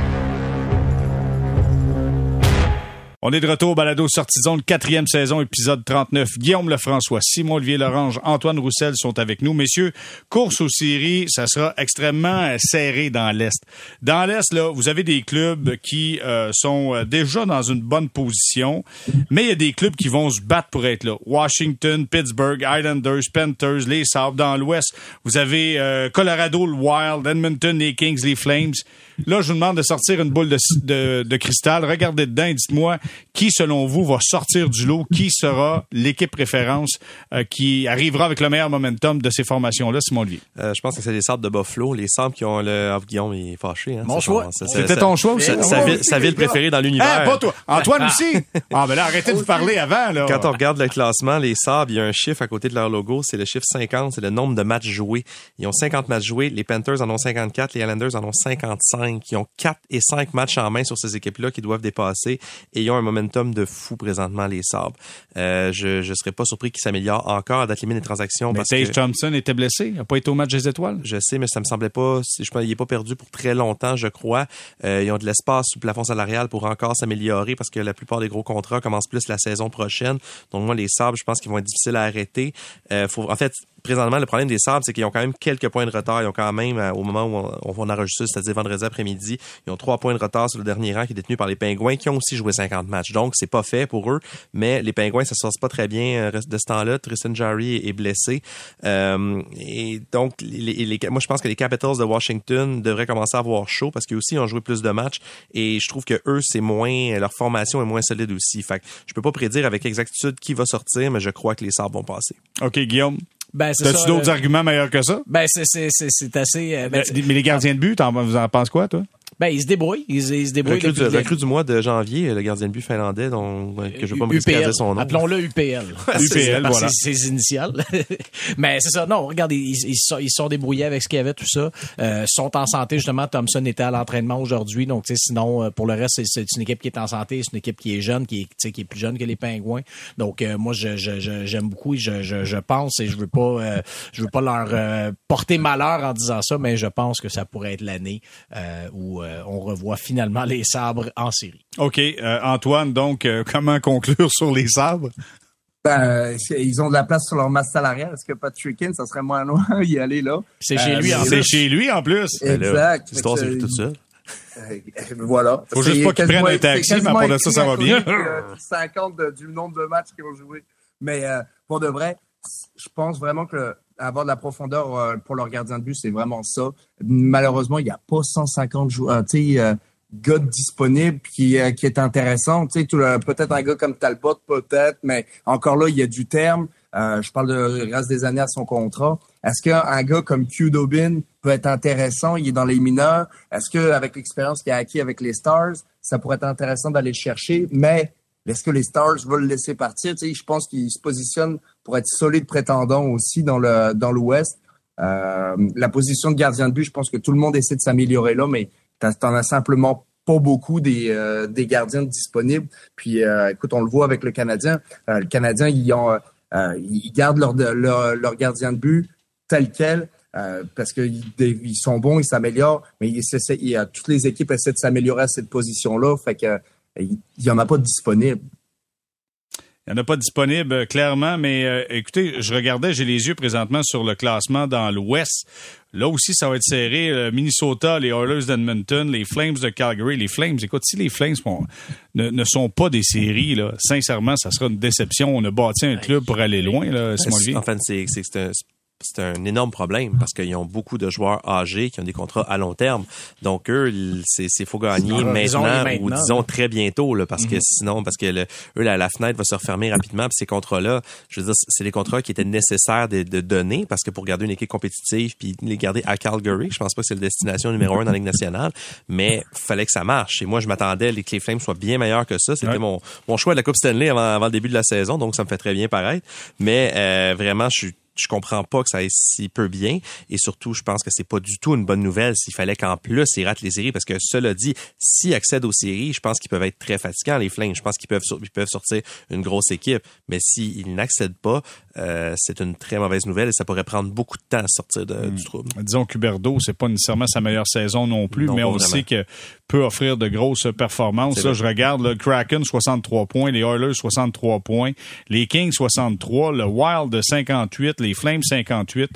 On est de retour au balado Sortie de zone, 4e saison, épisode 39. Guillaume Lefrançois, Simon-Olivier Lorange, Antoine Roussel sont avec nous. Messieurs, course aux séries, ça sera extrêmement serré dans l'Est. Dans l'Est, là, vous avez des clubs qui sont déjà dans une bonne position, mais il y a des clubs qui vont se battre pour être là. Washington, Pittsburgh, Islanders, Panthers, les Sabres. Dans l'Ouest, vous avez Colorado, le Wild, Edmonton, les Kings, les Flames. Là, je vous demande de sortir une boule de cristal. Regardez dedans et dites-moi qui, selon vous, va sortir du lot. Qui sera l'équipe référence qui arrivera avec le meilleur momentum de ces formations-là, Simon Olivier? Je pense que c'est les Sabres de Buffalo. Les Sabres qui ont le... Guillaume est fâché. Hein, mon choix. C'était ton choix aussi? Sa ville préférée dans l'univers. Pas toi. Antoine aussi? Ben là, arrêtez de vous parler avant. Là. Quand on regarde le classement, les Sabres, il y a un chiffre à côté de leur logo. C'est le chiffre 50. C'est le nombre de matchs joués. Ils ont 50 matchs joués. Les Panthers en ont 54. Les Islanders en ont 55. Qui ont 4 et 5 matchs en main sur ces équipes-là qui doivent dépasser et ils ont un momentum de fou présentement, les Sabres. Je serais pas surpris qu'ils s'améliorent encore à date limite des transactions. Mais Tage Thompson était blessé, il n'a pas été au match des étoiles. Je sais, mais ça me semblait pas, il est pas perdu pour très longtemps, je crois. Ils ont de l'espace sous le plafond salarial pour encore s'améliorer parce que la plupart des gros contrats commencent plus la saison prochaine. Donc moi, les Sabres, je pense qu'ils vont être difficiles à arrêter. En fait, présentement, le problème des Sabres, c'est qu'ils ont quand même quelques points de retard. Ils ont quand même, au moment où on enregistre, c'est-à-dire vendredi après-midi, ils ont 3 points de retard sur le dernier rang qui est détenu par les Pingouins, qui ont aussi joué 50 matchs. Donc, c'est pas fait pour eux, mais les Pingouins, ça se passe pas très bien de ce temps-là. Tristan Jarry est blessé. Et donc, moi, je pense que les Capitals de Washington devraient commencer à avoir chaud parce qu'eux aussi, ils ont joué plus de matchs et je trouve que eux, leur formation est moins solide aussi. Fait que je peux pas prédire avec exactitude qui va sortir, mais je crois que les Sabres vont passer. OK, Guillaume. Ben, c'est T'as-tu ça, d'autres arguments meilleurs que ça? Ben, c'est assez... Mais les gardiens de but, vous en pensez quoi, toi? Ben, ils se débrouillent. Ils se débrouillent. Recrue du mois de janvier, le gardien de but finlandais, que je veux pas me risquer à dire son nom. Appelons-le UPL. UPL, voilà. C'est ses initiales. Mais c'est ça. Non, regardez, ils sont débrouillés avec ce qu'il y avait, tout ça. Sont en santé, justement. Thompson était à l'entraînement aujourd'hui. Donc, tu sais, sinon, pour le reste, c'est une équipe qui est en santé. C'est une équipe qui est jeune, qui est plus jeune que les Pingouins. Donc, moi, j'aime beaucoup. Je pense, et je veux pas leur porter malheur en disant ça, mais je pense que ça pourrait être l'année où on revoit finalement les Sabres en série. OK. Antoine, donc, comment conclure sur les Sabres? Ben, ils ont de la place sur leur masse salariale. Est-ce que Patrick, ça serait moins loin y aller là? C'est chez lui en plus. C'est chez lui en plus. Exact. L'histoire, c'est tout seul. Voilà. Faut juste pas qu'ils prennent un taxi, mais pour ça, ça va bien. 50 du nombre de matchs qu'ils ont joué. Mais pour de vrai, je pense vraiment que avoir de la profondeur pour leur gardien de but, c'est vraiment ça. Malheureusement, il n'y a pas 150 joueurs, gars disponibles qui est intéressant. Peut-être un gars comme Talbot, peut-être, mais encore là, il y a du terme. Je parle de reste des années à son contrat. Est-ce qu'un gars comme Q-Dobin peut être intéressant? Il est dans les mineurs. Est-ce qu'avec l'expérience qu'il a acquis avec les Stars, ça pourrait être intéressant d'aller le chercher? Mais est-ce que les Stars veulent le laisser partir? Je pense qu'il se positionne pour être solide prétendant aussi dans l'Ouest. La position de gardien de but, je pense que tout le monde essaie de s'améliorer là, mais t'en as simplement pas beaucoup des gardiens disponibles. Puis, écoute, on le voit avec le Canadien. Le Canadien, ils gardent leur gardien de but tel quel. Parce qu'ils sont bons, ils s'améliorent, mais toutes les équipes essaient de s'améliorer à cette position-là. Fait que il y en a pas de disponible. Il n'y en a pas de disponible, clairement, mais écoutez, je regardais, j'ai les yeux présentement sur le classement dans l'Ouest. Là aussi, ça va être serré. Minnesota, les Oilers d'Edmonton, les Flames de Calgary. Les Flames, écoute, si les Flames ne sont pas des séries, là, sincèrement, ça sera une déception. On a bâti un club pour aller loin, là, Simon Olivier. En fait, c'est un énorme problème parce qu'ils ont beaucoup de joueurs âgés qui ont des contrats à long terme. Donc, eux, faut gagner maintenant ou disons très bientôt, là, parce que sinon, la fenêtre va se refermer rapidement. Puis ces contrats-là, je veux dire, c'est des contrats qui étaient nécessaires de donner parce que pour garder une équipe compétitive puis les garder à Calgary, je pense pas que c'est la destination numéro 1 dans la Ligue nationale, mais fallait que ça marche. Et moi, je m'attendais que les Flames soient bien meilleurs que ça. C'était mon choix de la Coupe Stanley avant le début de la saison, donc ça me fait très bien paraître. Mais vraiment, je comprends pas que ça aille si peu bien et surtout, je pense que c'est pas du tout une bonne nouvelle s'il fallait qu'en plus, ils ratent les séries parce que cela dit, s'ils accèdent aux séries, je pense qu'ils peuvent être très fatigants, les Flames. Je pense qu'ils peuvent sortir une grosse équipe, mais s'ils n'accèdent pas, c'est une très mauvaise nouvelle et ça pourrait prendre beaucoup de temps à sortir du trouble. Disons qu'Huberdeau, c'est pas nécessairement sa meilleure saison non plus, mais on sait que peut offrir de grosses performances. Là, je regarde le Kraken 63 points, les Oilers 63 points, les Kings 63, le Wild 58, les Flames 58. Tu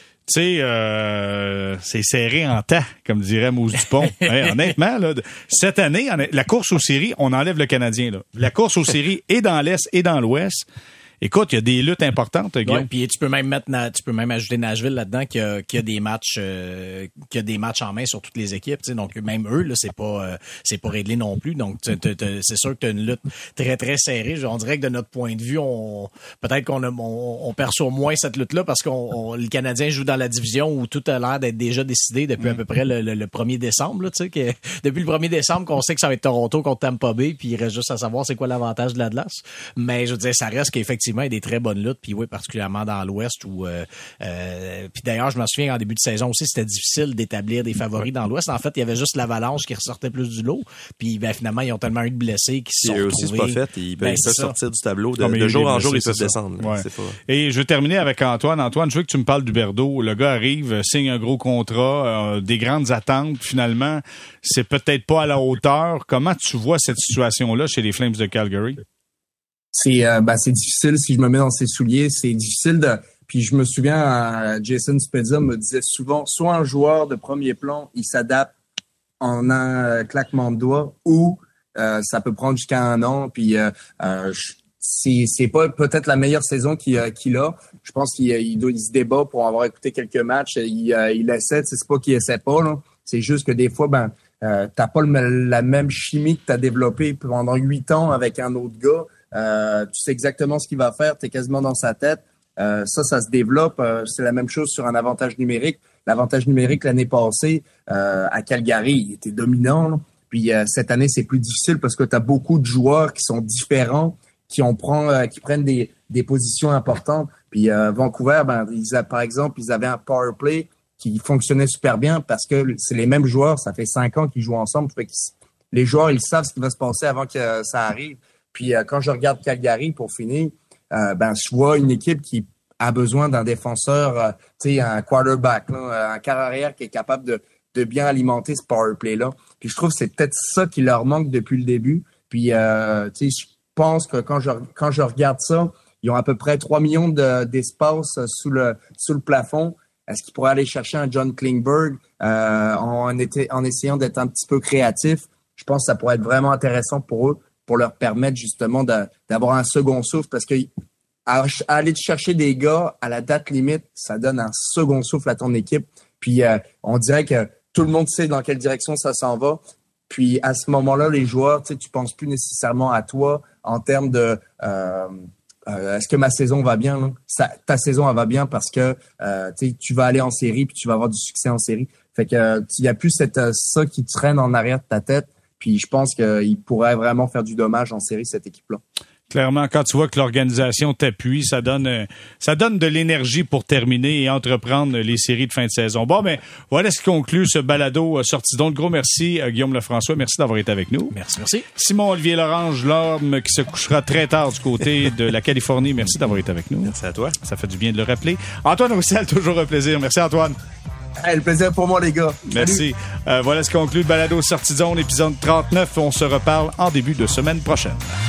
sais, c'est serré en tas, comme dirait Mousse Dupont. Honnêtement, là, cette année, la course aux séries, on enlève le Canadien. Là. La course aux séries est dans l'Est et dans l'Ouest. Écoute, il y a des luttes importantes, Guillaume. Ouais, puis tu peux même ajouter Nashville là-dedans qui a des matchs en main sur toutes les équipes, tu sais. Donc même eux là, c'est pas réglé non plus. Donc c'est sûr que tu as une lutte très très serrée. On dirait que de notre point de vue, peut-être qu'on perçoit moins cette lutte là parce le Canadien joue dans la division où tout a l'air d'être déjà décidé depuis à peu près le 1er décembre là, tu sais, depuis le 1er décembre qu'on sait que ça va être Toronto contre Tampa Bay, puis il reste juste à savoir c'est quoi l'avantage de l'Atlas. Mais je veux dire, ça reste qu'effectivement il y a des très bonnes luttes, puis oui, particulièrement dans l'Ouest où puis d'ailleurs, je me souviens en début de saison aussi, c'était difficile d'établir des favoris dans l'Ouest. En fait, il y avait juste l'Avalanche qui ressortait plus du lot, puis finalement, ils ont tellement eu de blessés qui se sont retrouvés. Eux aussi, c'est pas fait, ils peuvent sortir du tableau de jour en jour, ils peuvent descendre. Ouais. Et je vais terminer avec Antoine. Antoine, je veux que tu me parles d'Huberdeau. Le gars arrive, signe un gros contrat, des grandes attentes. Finalement, c'est peut-être pas à la hauteur. Comment tu vois cette situation-là chez les Flames de Calgary? C'est difficile si je me mets dans ses souliers. C'est difficile Puis je me souviens, Jason Spezza me disait souvent, soit un joueur de premier plan, il s'adapte en un claquement de doigts, ou ça peut prendre jusqu'à 1 an. Puis c'est pas peut-être la meilleure saison qu'il a. Je pense qu'il se débat pour avoir écouté quelques matchs. Il essaie, c'est pas qu'il essaie pas, là. C'est juste que des fois, t'as pas la même chimie que t'as développée pendant 8 ans avec un autre gars. Tu sais exactement ce qu'il va faire, t'es quasiment dans sa tête. Ça se développe. C'est la même chose sur un avantage numérique. L'avantage numérique l'année passée à Calgary, il était dominant, là. Puis cette année, c'est plus difficile parce que tu as beaucoup de joueurs qui sont différents, qui prennent des positions importantes. Puis Vancouver, par exemple, ils avaient un power play qui fonctionnait super bien parce que c'est les mêmes joueurs. Ça fait 5 ans qu'ils jouent ensemble. Fait que les joueurs, ils savent ce qui va se passer avant que ça arrive. Puis quand je regarde Calgary, pour finir, je vois une équipe qui a besoin d'un défenseur, un quarterback, là, un quart arrière qui est capable de bien alimenter ce power play-là. Puis je trouve que c'est peut-être ça qui leur manque depuis le début. Puis je pense que quand je regarde ça, ils ont à peu près 3 millions d'espace sous le plafond. Est-ce qu'ils pourraient aller chercher un John Klingberg en essayant d'être un petit peu créatif? Je pense que ça pourrait être vraiment intéressant pour eux, pour leur permettre justement d'avoir un second souffle, parce que aller chercher des gars à la date limite, ça donne un second souffle à ton équipe. Puis on dirait que tout le monde sait dans quelle direction ça s'en va. Puis à ce moment-là, les joueurs, tu penses plus nécessairement à toi en termes de est-ce que ma saison va bien, là? Ta saison elle va bien parce que tu vas aller en série puis tu vas avoir du succès en série. Fait que il y a plus ça qui traîne en arrière de ta tête. Puis je pense qu'il pourrait vraiment faire du dommage en série, cette équipe-là. Clairement, quand tu vois que l'organisation t'appuie, ça donne de l'énergie pour terminer et entreprendre les séries de fin de saison. Bon, voilà ce qui conclut ce balado sorti donc. Gros merci, Guillaume Lefrançois. Merci d'avoir été avec nous. Merci. Simon-Olivier Lorange, l'homme qui se couchera très tard du côté de la Californie. Merci d'avoir été avec nous. Merci à toi. Ça fait du bien de le rappeler. Antoine Roussel, toujours un plaisir. Merci, Antoine. Le plaisir pour moi, les gars. Merci. Voilà ce qui conclut le balado sorti zone, épisode 39. On se reparle en début de semaine prochaine.